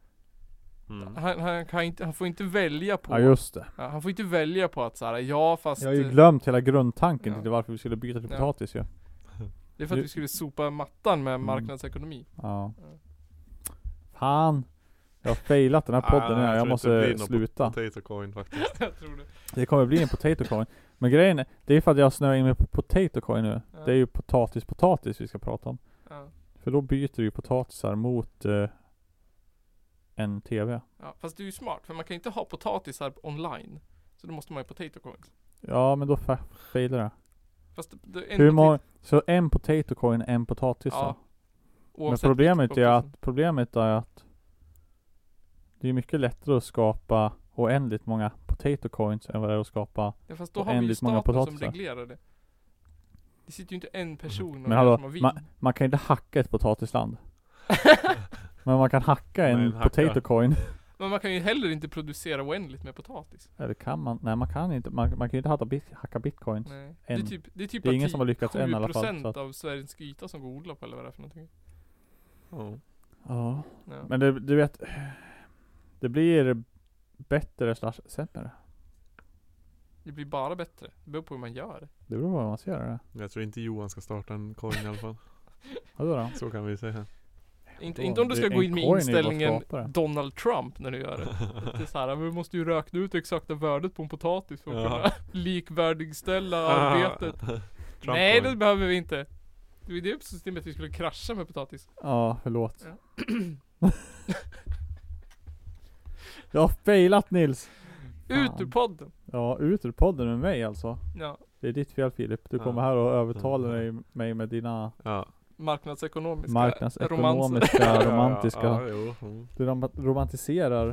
Han får inte välja på... Ja, just det. Ja, han får inte välja på att så här, fast... Jag har ju glömt hela grundtanken till varför vi skulle byta till potatis ju. Det är för att vi skulle sopa mattan med marknadsekonomi. Ja. Fan. Jag har failat den här podden här. Jag måste sluta. Potato coin faktiskt. Jag tror det. Det kommer bli en potato coin. Men grejen är, det är för att jag snöar in mig på potato coin nu. Ja. Det är ju potatis vi ska prata om. Ja. För då byter du ju potatisar mot en TV. Ja, fast det är ju smart. För man kan inte ha potatisar online. Så då måste man ha potato coins. Ja, men då failar det. Fast Hur många? Så en potato coin, en potatis Ja. då? Men problemet är att det är mycket lättare att skapa oändligt många potato coins än vad det är att skapa. Ja, fast då har vi ju staten som reglerar det. Det sitter ju inte en person och men hallå, som har vin. man kan inte hacka ett potatisland. Men man kan hacka en potato coin. Men man kan ju heller inte producera oändligt med potatis. Eller kan man? Nej, man kan inte. Man kan ju inte hacka bitcoins. Nej. Än. Det är typ Det är ingen som har lyckats än i alla fall. 7% av Sveriges yta som går odla på eller vad det är för någonting. Ja. Ja. Men du vet, det blir bättre / sämre. Det blir bara bättre. Det beror på hur man gör det. Det beror på vad man ska göra det. Jag tror inte Johan ska starta en coin i alla fall. Vadå då? Så kan vi säga. Inte om du ska gå in med inställningen Donald Trump när du gör det. Det är så här, vi måste ju räkna ut exakta värdet på en potatis för att kunna likvärdigställa arbetet. Nej, det behöver vi inte. Det är det systemet vi skulle krascha med potatis. Ja, förlåt. Ja. Jag har failat, Nils. Ut ur podden. Ja, ut ur podden med mig alltså. Ja. Det är ditt fel, Filip. Du kommer här och övertalar mig med dina marknadsekonomiska romantiska. Ja, jo. Du romantiserar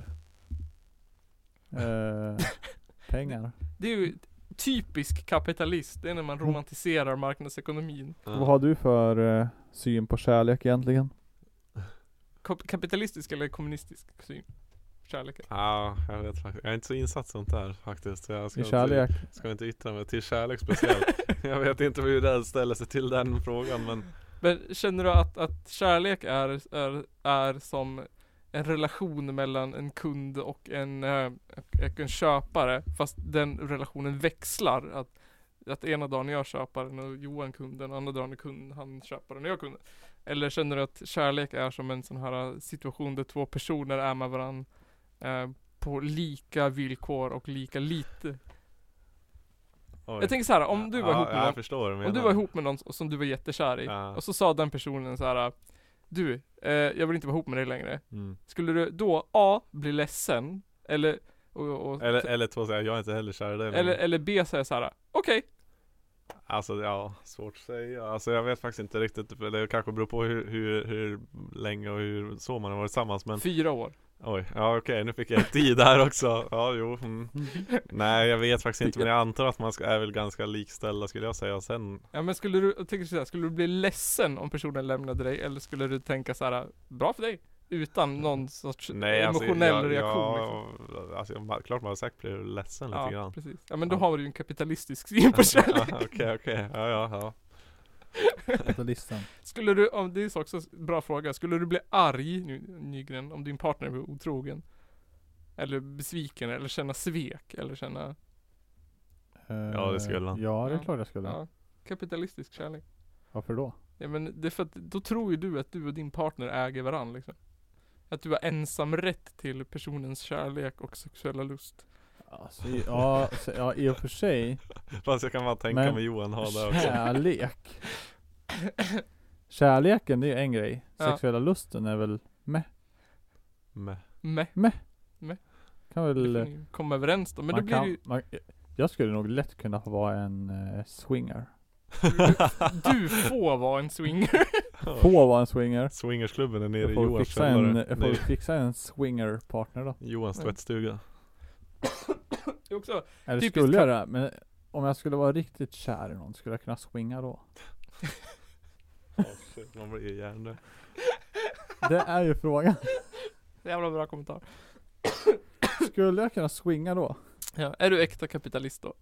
pengar. Det är ju typisk kapitalist. Det är när man romantiserar marknadsekonomin. Vad har du för syn på kärlek egentligen? Kapitalistisk eller kommunistisk syn? Kärlek. Ja, jag vet faktiskt. Jag är inte så insatt sånt där faktiskt. Jag ska kärlek. Ska inte yttra mig till kärlek speciellt. Jag vet inte hur det ställer sig till den frågan, men känner du att kärlek är som en relation mellan en kund och en köpare, fast den relationen växlar, att ena dagen är jag köparen och Johan kunden, andra dagen är kunden, han köparen och jag kunden? Eller känner du att kärlek är som en sån här situation där två personer är med varandra på lika villkor och lika lite? Oj. Jag tänker så här, om du var ihop med någon, förstår, om du var ihop med någon som du var jättekär i, och så sa den personen så här: du, jag vill inte vara ihop med dig längre. Skulle du då A, bli ledsen, eller eller två säga, jag är inte heller kär i dig, eller B, säga så här: okej. Alltså ja, svårt att säga. Alltså jag vet faktiskt inte riktigt, för det kanske beror på hur länge och hur så man har varit tillsammans, men 4 år. Oj, ja okej, nu fick jag tid där också. Ja, jo. Nej, jag vet faktiskt inte, men jag antar att man är väl ganska likställda, skulle jag säga. Sen... Ja, men skulle du bli ledsen om personen lämnade dig, eller skulle du tänka så här: bra för dig, utan någon sorts emotionell reaktion? Alltså, klart man har sagt blir ledsen lite grann. Precis. Ja, men då har du ju en kapitalistisk syn på kärlek. Okej. Ja. Kapitalisten. Skulle du, det är också en bra fråga, skulle du bli arg Nygren om din partner blir otrogen? Eller besviken, eller känna svek, eller känna... Ja, det skulle han. Ja, det är klart jag skulle. Ja. Kapitalistisk kärlek. Varför då? Ja, men det är för att då tror ju du att du och din partner äger varandra liksom. Att du har ensam rätt till personens kärlek och sexuella lust. Alltså, ja, i och för sig. Fast jag kan bara tänka mig Johan ha det också. Kärlek. Kärleken, det är en grej. Sexuella lusten är väl kan väl komma överens då. Men då blir ju... jag skulle nog lätt kunna vara en swinger. Du får vara en swinger. Får vara en swinger. Swingersklubben är nere i Johans källare. Jag får fixa en swinger-partner då. Johans tvättstuga. Eller skulle jag det? Men om jag skulle vara riktigt kär i någon, skulle jag kunna swinga då? Man blir ju hjärndöd. Det är ju frågan. Jävla bra kommentar. Skulle jag kunna swinga då? Ja, är du äkta kapitalist då?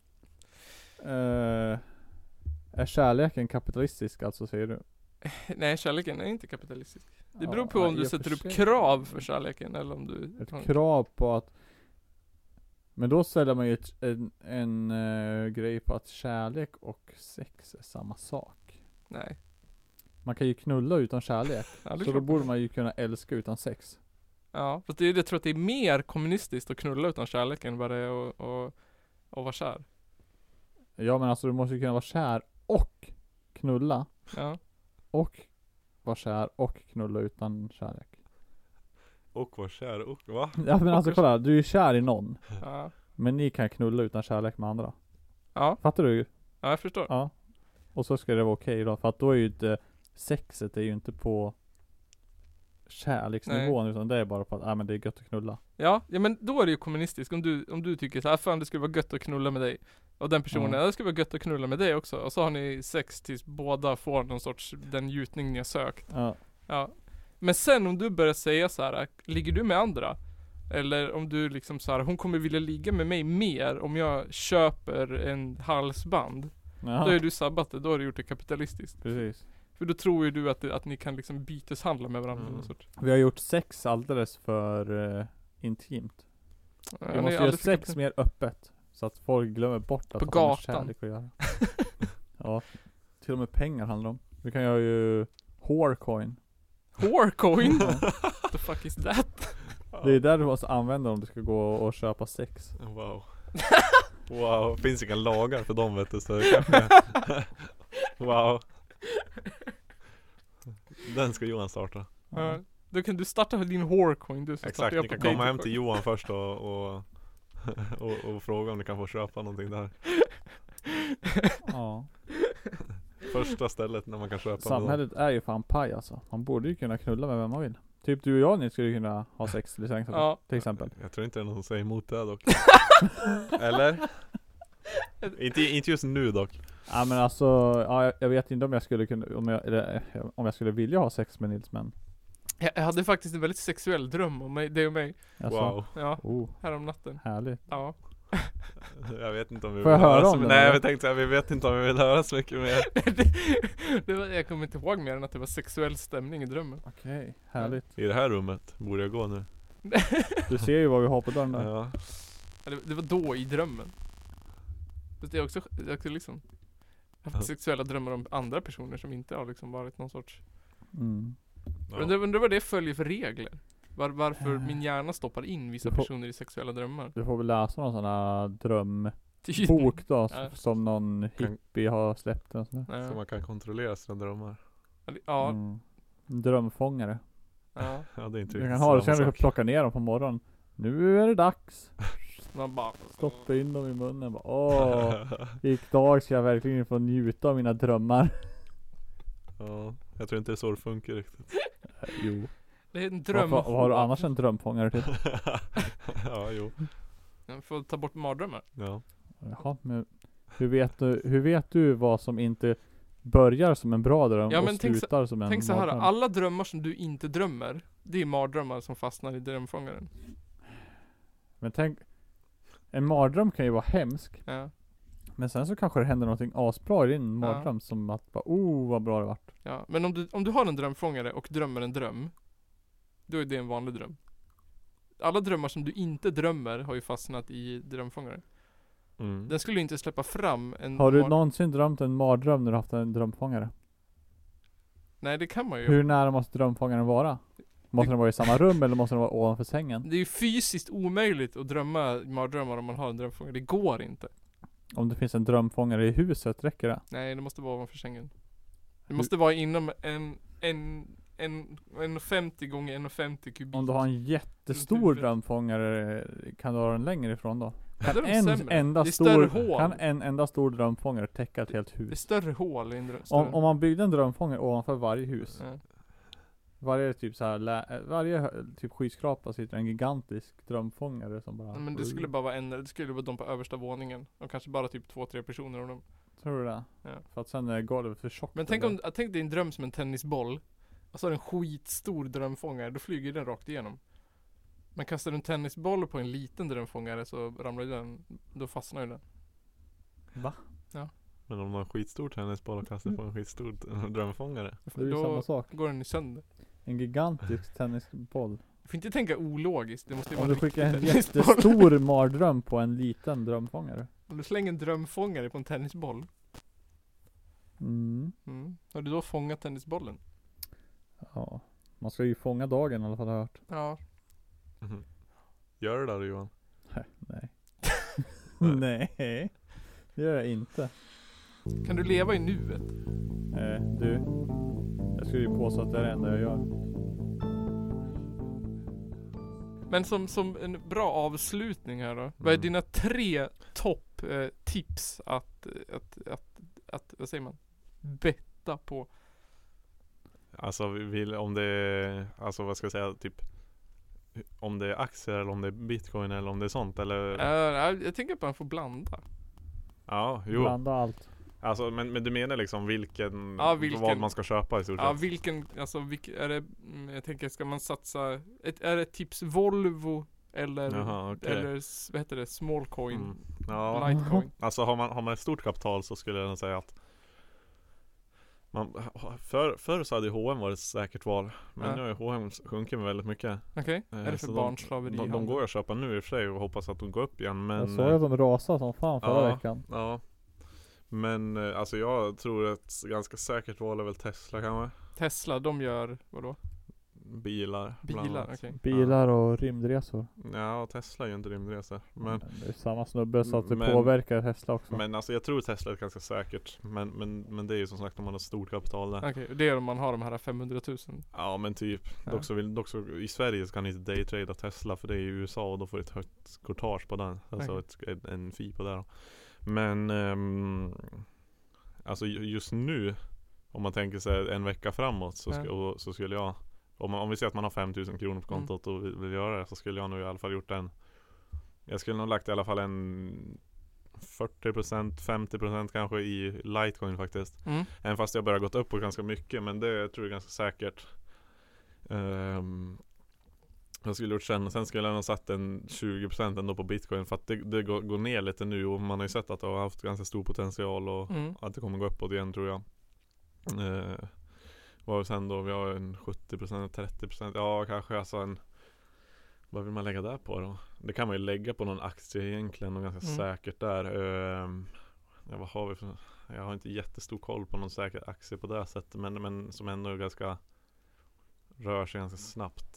Är kärleken kapitalistisk alltså, säger du? Nej, kärleken är inte kapitalistisk. Det beror på om du sätter upp krav för kärleken, eller om du... Ett krav på att... Men då ställer man ju en grej på att kärlek och sex är samma sak. Nej. Man kan ju knulla utan kärlek. Ja, så då borde man ju kunna älska utan sex. Ja, fast jag tror att det är mer kommunistiskt att knulla utan kärlek än vad det är att vara kär. Ja men alltså du måste ju kunna vara kär och knulla. Ja. Och vara kär och knulla utan kärlek. Och vara kär och va? Ja men alltså kolla, du är kär i någon. Ja. Men ni kan knulla utan kärlek med andra. Ja. Fattar du? Ja, jag förstår. Ja. Och så ska det vara okej då. För att då är ju inte sexet är ju inte på kärleksnivån. Utan det är bara på att men det är gött att knulla. Ja, men då är det ju kommunistiskt. Om du tycker så här, fan det skulle vara gött att knulla med dig. Och den personen, det skulle vara gött att knulla med dig också. Och så har ni sex tills båda får någon sorts, den njutning ni har sökt. Ja. Ja. Men sen om du börjar säga så här, ligger du med andra? Eller om du liksom så här, hon kommer vilja ligga med mig mer om jag köper en halsband. Jaha. Då är du sabbat det, då har du gjort det kapitalistiskt. Precis. För då tror ju du att ni kan liksom byteshandla med varandra. Någon sorts. Vi har gjort sex alldeles för intimt. Ja, Vi måste göra sex mer öppet. Så att folk glömmer bort att på det har med gatan. kärlek att göra. Ja. Till och med pengar handlar om. Vi kan göra ju whorecoin. Whorecoin? What the fuck is that? Det är där du måste använda om du ska gå och köpa sex. Wow. Wow, finns inga lagar för dem vet du, så det kanske... Wow. Den ska Johan starta. Ja. Då kan du starta din whorecoin. Exakt, ni kan komma hem till Johan först och fråga om ni kan få köpa någonting där. Ja. Första stället när man kan köpa. Samhället är ju fan paj alltså. Man borde ju kunna knulla med vem man vill. Typ du och jag, ni skulle kunna ha sex till exempel. Ja. Till exempel. Jag tror inte det är någon som säger emot det dock. Eller? Inte just nu dock. Ja men alltså, ja, jag vet inte om jag skulle kunna, om jag skulle vilja ha sex med Nils, men Jag hade faktiskt en väldigt sexuell dröm om dig och mig. alltså, Wow. Ja, här om natten. Härligt. Ja. Jag vet inte om vi Får jag höra om det? Nej, jag tänkte att vi vet inte om vi vill höra så mycket mer. Jag kommer inte ihåg mer än att det var sexuell stämning i drömmen. Okej, härligt. I det här rummet borde jag gå nu. Du ser ju vad vi har på dörren där. Ja. Det var då i drömmen. Fast det är också liksom haft sexuella drömmar om andra personer som inte har liksom varit någon sorts. Mm. Men jag undrar vad det följer för regler. Varför min hjärna stoppar in vissa personer i sexuella drömmar. Du får väl läsa någon sån här Typ. drömbok då, Ja. som någon hippie har släppt och sådär. Ja. Så man kan kontrollera sina drömmar. Ja. Mm. Drömfångare. Ja. Ja, det är inte Du kan riktigt ha det, så samma kan du sak. plocka ner dem på morgonen. Nu är det dags. Man bara Stoppa in dem i munnen. Bara, idag ska jag verkligen få njuta av mina drömmar. Ja, jag tror inte det är så det funkar riktigt. Jo. det är en dröm. Vad har du annars en drömfångare till? Ja, jo. Jag får ta bort mardrömmar. Ja. Jaha, men hur vet du vad som inte börjar som en bra dröm Ja, och men slutar som en Tänk så här, mardröm? alla drömmar som du inte drömmer, det är mardrömmar som fastnar i drömfångaren. Men tänk, en mardröm kan ju vara hemsk. Ja. Men sen så kanske det händer någonting asbra i din mardröm, som att bara, vad bra det vart. Ja, men om du har en drömfångare och drömmer en dröm, då är det en vanlig dröm. Alla drömmar som du inte drömmer har ju fastnat i drömfångare. Mm. Den skulle ju inte släppa fram en Har du någonsin drömt en mardröm när du haft en drömfångare? Nej, det kan man ju. Hur nära måste drömfångaren vara? Måste den vara i samma rum eller måste den vara ovanför sängen? Det är ju fysiskt omöjligt att drömma mardrömmar om man har en drömfångare. Det går inte. Om det finns en drömfångare i huset, räcker det? Nej, det måste vara ovanför sängen. Det måste vara inom en 50 gånger 1,50 kubik. Om du har en jättestor drömfångare, kan du ha den längre ifrån då? Kan Det är en sämre. enda Det är större stor, hål. kan en enda stor drömfångare täcka ett helt Det är hus? större hål i en Om man byggde en drömfångare ovanför varje hus, Ja. varje typ så här, varje typ skyskrapa sitter en gigantisk drömfångare som bara... Men det skulle bara vara det skulle vara de på översta våningen. Och kanske bara typ 2-3 personer av dem. Tror du det? Ja. För att sen är golvet för tjockt. Men tänk dig en dröm som en tennisboll. Och så har du en skitstor drömfångare. Då flyger den rakt igenom. Men kastar du en tennisboll på en liten drömfångare så ramlar den. Då fastnar ju den. Va? Ja. Men om man har en skitstor tennisboll och kastar på en skitstor drömfångare. Det är ju Då samma sak. går den i sönder. En gigantisk tennisboll. Du får inte tänka ologiskt. Det måste ju Om vara du skickar en tennisboll. jättestor mardröm på en liten drömfångare. Om du slänger en drömfångare på en tennisboll. Mm. Har du då fångat tennisbollen? Ja. Man ska ju fånga dagen i alla fall, har jag hört. Ja. Gör det där Johan? Nej. Nej. Det gör jag inte. Kan du leva i nuet? Du. Jag skulle ju påstå att det är det enda jag gör. Men som en bra avslutning här då. Vad är dina 3 tips att vad säger man? Betta på? Alltså om det är, alltså vad ska jag säga, typ om det är aktier eller om det är bitcoin eller om det är sånt eller? Jag tänker att man får blanda. Ja, jo. Blanda allt. Alltså men du menar liksom vilken vad man ska köpa i stort sett? Ja, är det, jag tänker, ska man satsa, är det tips Volvo eller, eller vad heter det, small coin, Litecoin? Alltså har man ett stort kapital så skulle jag nog säga att förr så hade H&M varit ett säkert val. Men nu har ju H&M sjunkit med väldigt mycket. Okej. Är det för barnslaveri? De går ju att köpa nu i och för sig och hoppas att de går upp igen. Men jag såg att de rasade som fan förra veckan. Ja. Men alltså jag tror ett ganska säkert val är väl Tesla kanske. Tesla, de gör vadå? Bilar, okej. Bilar och rymdresor. Ja, Tesla är ju inte rymdresor. Men det är samma snubbe så att det påverkar Tesla också. Men alltså jag tror Tesla är ganska säkert. Men det är ju som sagt om man har stort kapital där. Okej, det är om man har de här 500 000. Ja men typ. Dock så i Sverige så kan ni inte daytrada Tesla för det är i USA och då får du ett högt courtage på den. Alltså en fee på det då. Men alltså just nu om man tänker sig en vecka framåt så skulle jag om vi säger att man har 5 000 kronor på kontot och vill göra det, så skulle jag nog i alla fall gjort jag skulle nog lagt i alla fall en 40%, 50% kanske i Litecoin faktiskt. Även fast jag bara gått upp på ganska mycket, men det tror jag är ganska säkert. Jag skulle gjort sen skulle jag nog satt en 20% ändå på Bitcoin för att det går ner lite nu och man har ju sett att det har haft ganska stor potential och att det kommer gå uppåt igen tror jag. Vad sen då? Vi har en 70%, 30%. Ja, kanske alltså vad vill man lägga där på då? Det kan man ju lägga på någon aktie egentligen och ganska säkert där. Vad har vi för? Jag har inte jättestor koll på någon säker aktie på det sättet, men som ändå är ganska rör sig ganska snabbt.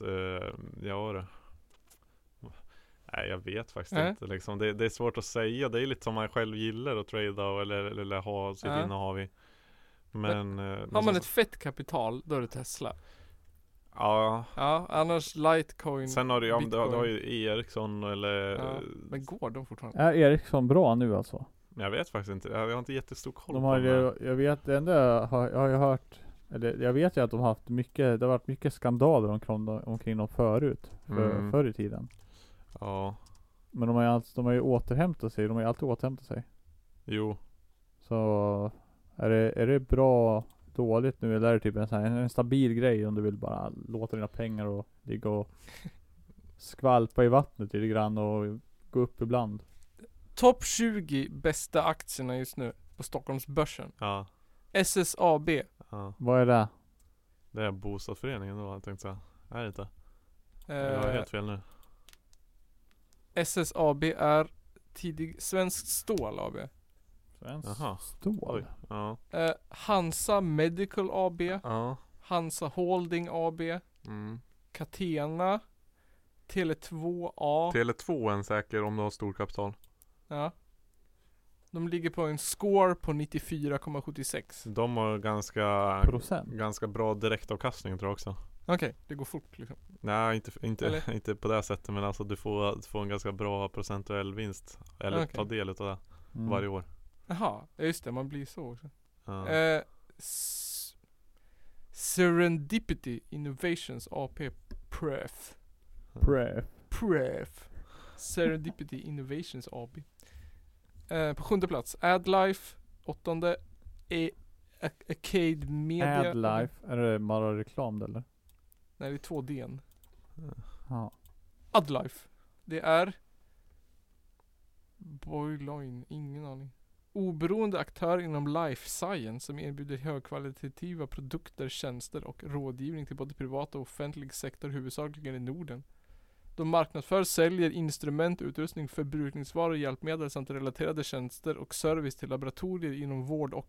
Nej, jag vet faktiskt inte liksom. Det är svårt att säga. Det är lite som man själv gillar att trada eller ha sitt innehav i. Men har man ett fett kapital, då är det Tesla. Ja, annars Litecoin. Sen har du har ju Ericsson eller men går de fortfarande? Är Ericsson bra nu alltså? Jag vet faktiskt inte. Jag har inte jättestor koll på det. Jag vet det enda jag har hört, eller jag vet ju att de har haft mycket, det har varit mycket skandaler omkring dem förut, förr i tiden. Ja. Men de har ju återhämtat sig. De har ju alltid återhämtat sig. Jo. Så är det bra, dåligt nu, eller är det typ en stabil grej om du vill bara låta dina pengar och ligga och skvalpa i vattnet lite grann och gå upp ibland? Topp 20 bästa aktierna just nu på Stockholmsbörsen. Ja. SSAB. Ja. Vad är det? Det är bostadsföreningen då, jag tänkte säga. Är det inte? Jag har helt fel nu. SSAB är Svenskt Stål AB. Svenskt Stål? Ja. Hansa Medical AB. Ja. Hansa Holding AB. Catena. Tele2A. Tele2 är en säker om du har stor kapital. Ja. De ligger på en score på 94,76. De har ganska bra direktavkastning tror jag också. Okej, det går fort liksom. Nej, inte på det sättet, men alltså du får en ganska bra procentuell vinst eller ta del av det varje år. Jaha, just det, man blir så också. Ja. Serendipity Innovations AP Pref. Serendipity Innovations AB. På 7:e plats AdLife. 8:e Arcade Media. AdLife, är det bara reklam eller? Nej, det är 2D. Ja. AdLife. Det är Boyloin, ingen aning. Oberoende aktör inom life science som erbjuder högkvalitativa produkter, tjänster och rådgivning till både privat och offentlig sektor, huvudsakligen i Norden. De marknadsför, säljer instrument, utrustning, förbrukningsvaror, hjälpmedel samt relaterade tjänster och service till laboratorier inom vård och ...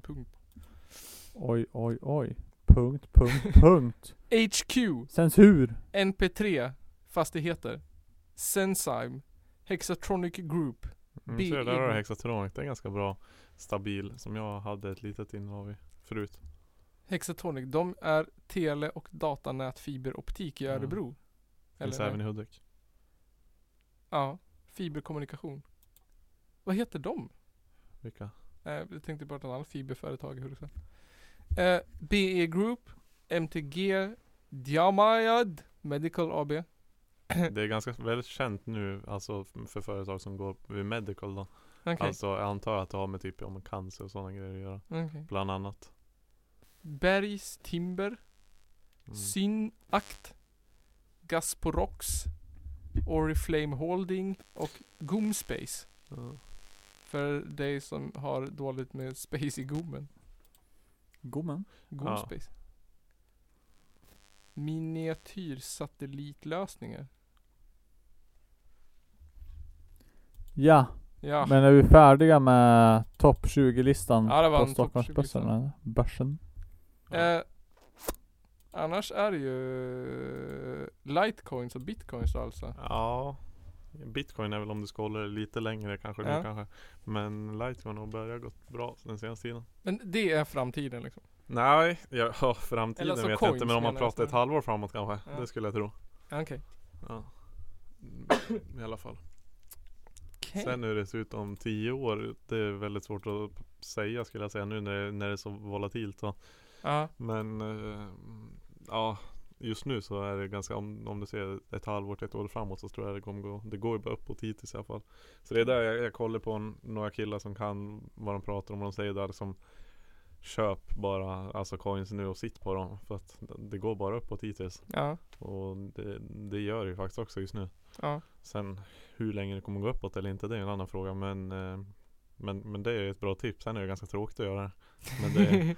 Oj. HQ. Censur. NP3 fastigheter. Senzyme, Hexatronic Group. Så det där är Hexatronic, det är ganska bra stabil, som jag hade ett litet innehav i förut. Hexatronic, de är tele- och datanät fiberoptik i Örebro. Finns även i Hudik. Ja, fiberkommunikation. Vad heter de? Vilka? Jag tänkte bara att ett annat fiberföretag i Hudiksvall. BE Group, MTG, Diamayad Medical AB. Det är ganska väldigt känt nu, alltså för företag som går vid medical då. Okay. Alltså jag antar att det har med typ om cancer och sådana grejer att göra. Okay. Bland annat. Bergs Timber, Synact, Gasporox, Oriflame Holding och Gomspace. För dig som har dåligt med space i gommen. Gomspace. Miniatyrsatellitlösningar. Ja. Men är vi färdiga med topp 20-listan på Stockholmsbörsen? Annars är det ju Litecoins och Bitcoins alltså. Ja. Bitcoin är väl om du ska hålla det lite längre kanske nu kanske. Men Litecoin har börjat gått bra den senaste tiden. Men det är framtiden liksom? Nej, framtiden vet jag inte. Men om man pratar ett halvår framåt kanske. Det skulle jag tro. Okej. Ja. I alla fall. Sen hur det ser ut om 10 år, det är väldigt svårt att säga skulle jag säga nu när det är så volatilt då. Men just nu så är det ganska, om du ser ett halvår till ett år framåt, så tror jag det kommer gå, det går ju bara uppåt hittills i alla fall. Så det är där jag kollar på några killar som kan vad de pratar om, och de säger där som köp bara alltså coins nu och sitt på dem, för att det går bara uppåt hittills. Och det gör det ju faktiskt också just nu. Sen hur länge det kommer gå uppåt eller inte, det är en annan fråga, men det är ett bra tips. Sen är det ganska tråkigt att göra det. Men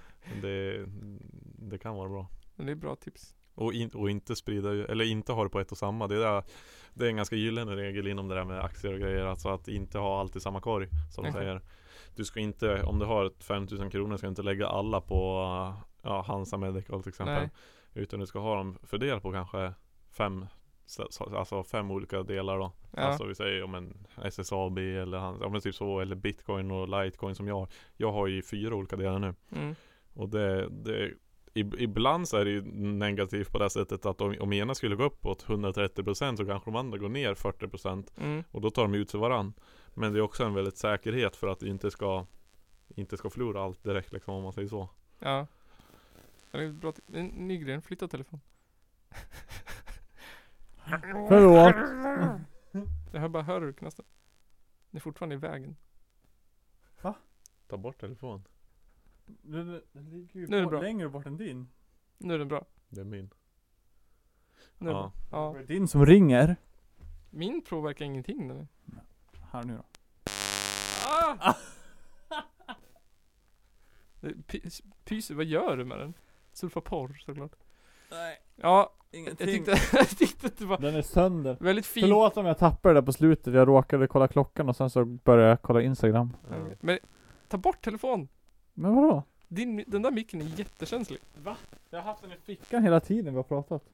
det kan vara bra. Men det är bra tips. Och inte sprida, eller inte ha det på ett och samma. Det är en ganska gyllene regel inom det där med aktier och grejer. Alltså att inte ha allt i samma korg, som de säger. Du ska inte, om du har 5 000 kronor, ska inte lägga alla på Hansa Medical till exempel. Nej. Utan du ska ha dem fördelat på kanske 5 olika delar då. Alltså vi säger om en SSAB eller typ så, eller Bitcoin och Litecoin som jag har ju 4 olika delar nu. Och det ibland så är det ju negativt på det sättet att om ena skulle gå upp åt 130% så kanske de andra går ner 40%. Och då tar de ut sig varann. Men det är också en väldigt säkerhet för att du inte ska förlora allt direkt liksom, om man säger så. Ja. Det är bra. Nygren, flytta telefon. Förlåt. Jag hör bara hörurk nästan. Det är fortfarande i vägen. Va? Ta bort telefon. Den ligger ju nu är det bra. Längre bort än din. Nu är den bra. Det är min. Nu är det är din som ringer. Min påverkar ingenting nu. Här nu då. Pyser, vad gör du med den? Surfa porr såklart. Nej. Ja, ingenting. Jag tyckte att det var den är sönder. Väldigt fint. Förlåt om jag tappade det där på slutet. Jag råkade kolla klockan och sen så började jag kolla Instagram. Men ta bort telefon. Men vadå? Den där micken är jättekänslig. Va? Jag har haft den i fickan hela tiden vi har pratat.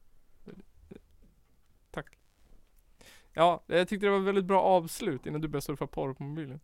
Tack. Ja, jag tyckte det var väldigt bra avslut innan du började surfa porr på mobilen.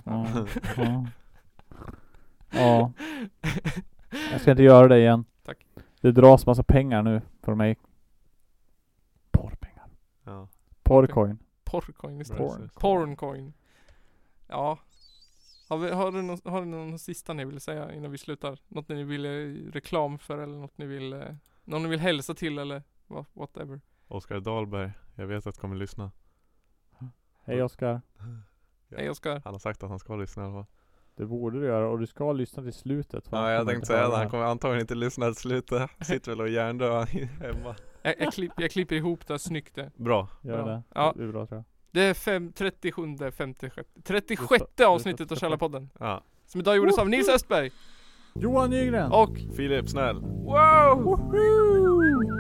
Ja. Jag ska inte göra det igen. Tack. Det dras massa pengar nu för mig. Porrpengar. Ja. Porrcoin. Porrcoin istället. Porncoin. Ja. Har du någon sista ni vill säga innan vi slutar? Något ni vill reklam för eller något ni vill hälsa till eller whatever. Oskar Dahlberg, jag vet att kommer lyssna. Hej Oskar. Hej Oskar. Han har sagt att han ska lyssna i alla fall. Det borde du göra och du ska lyssna till slutet. Ja, jag tänkte säga det. Han kommer antagligen inte lyssna till slutet. Sitter väl och hjärndör hemma. Jag klipper ihop det snyggt det. Bra. Gör det. Ja. Det är bra tror jag. Det är 36 avsnittet av Källarpodden. Ja. Som idag gjordes av Nils Östberg, Johan Nygren och Filip Snäll. Wow!